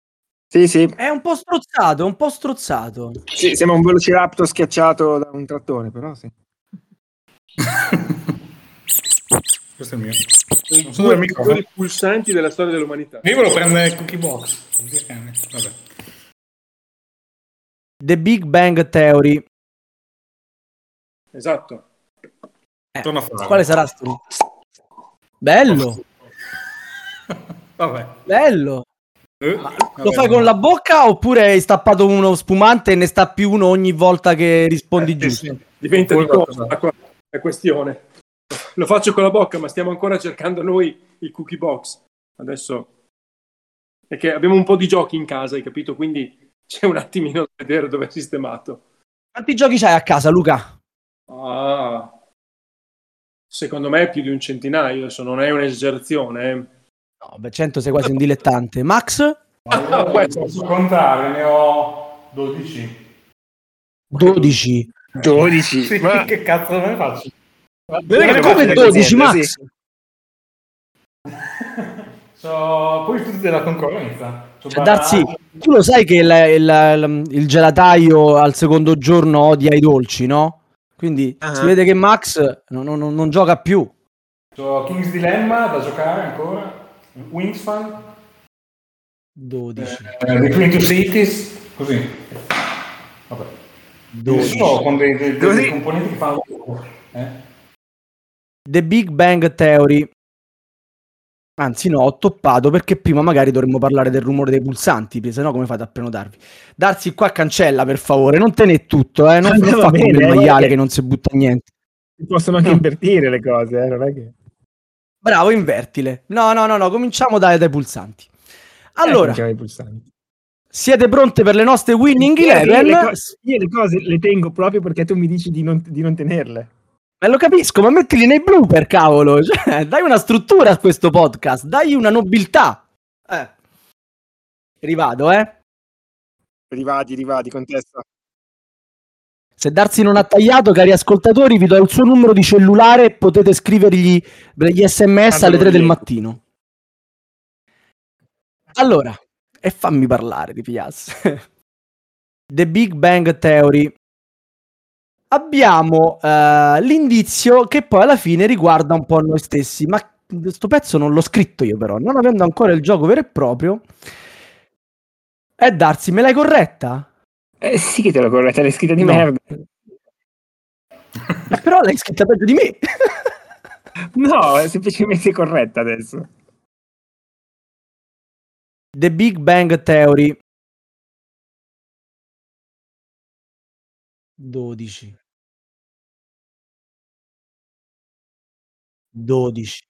Sì, sì. È un po' strozzato. Sì, sembra un velociraptor schiacciato da un trattore, però sì. Questo è il mio. Non so Due dove mi migliori pulsanti della storia dell'umanità. Io volevo prendere il cookie box. Vabbè. The Big Bang Theory. Esatto. Torna a fare. Quale sarà sto? Bello. Vabbè. Bello. Ma lo Vabbè, fai con la bocca oppure hai stappato uno spumante e ne stappi uno ogni volta che rispondi giusto? Sì. Diventa di Oppure cosa è questione. Lo faccio con la bocca, ma stiamo ancora cercando noi il cookie box. Adesso è che abbiamo un po' di giochi in casa, hai capito? Quindi c'è un attimino da vedere dove è sistemato. Quanti giochi c'hai a casa, Luca? Secondo me più di un centinaio, adesso non è un'esagerazione. No, beh, 100 sei quasi un dilettante. Max? Posso contare, ne ho 12. 12. 12. Sì, Ma che cazzo ne faccio? Come 12, Max? Poi tutti della concorrenza. Cioè, Darsi, tu lo sai che il gelataio al secondo giorno odia i dolci, no? Quindi si vede che Max non gioca più. C'ho King's Dilemma da giocare ancora. Wingspan. 12. Between Two Cities. Così. Vabbè. 12. Con dei componenti che fanno... The Big Bang Theory. Anzi no, ho toppato perché prima magari dovremmo parlare del rumore dei pulsanti, se no come fate a prenotarvi? Darsi qua cancella per favore, non tenere tutto, non fa come il maiale che non si butta niente. Si possono anche invertire le cose, non è che... Bravo, invertile. No, cominciamo dai pulsanti. Allora, i pulsanti. siete pronte per le nostre Winning Eleven? Io le cose le tengo proprio perché tu mi dici di non tenerle. Lo capisco, ma mettili nei blooper, cavolo. Cioè, dai una struttura a questo podcast, dai una nobiltà. Rivado, Rivadi, contesta. Se Darsi non ha tagliato, cari ascoltatori, vi do il suo numero di cellulare, potete scrivergli gli SMS alle 3 del mattino. Allora, e fammi parlare di piace. The Big Bang Theory. abbiamo l'indizio che poi alla fine riguarda un po' noi stessi, ma questo pezzo non l'ho scritto io però, non avendo ancora il gioco vero e proprio. Darsi, me l'hai corretta? Sì che te l'ho corretta, l'hai scritta di No. merda. Però l'hai scritta peggio di me. No, è semplicemente corretta adesso. The Big Bang Theory. 12.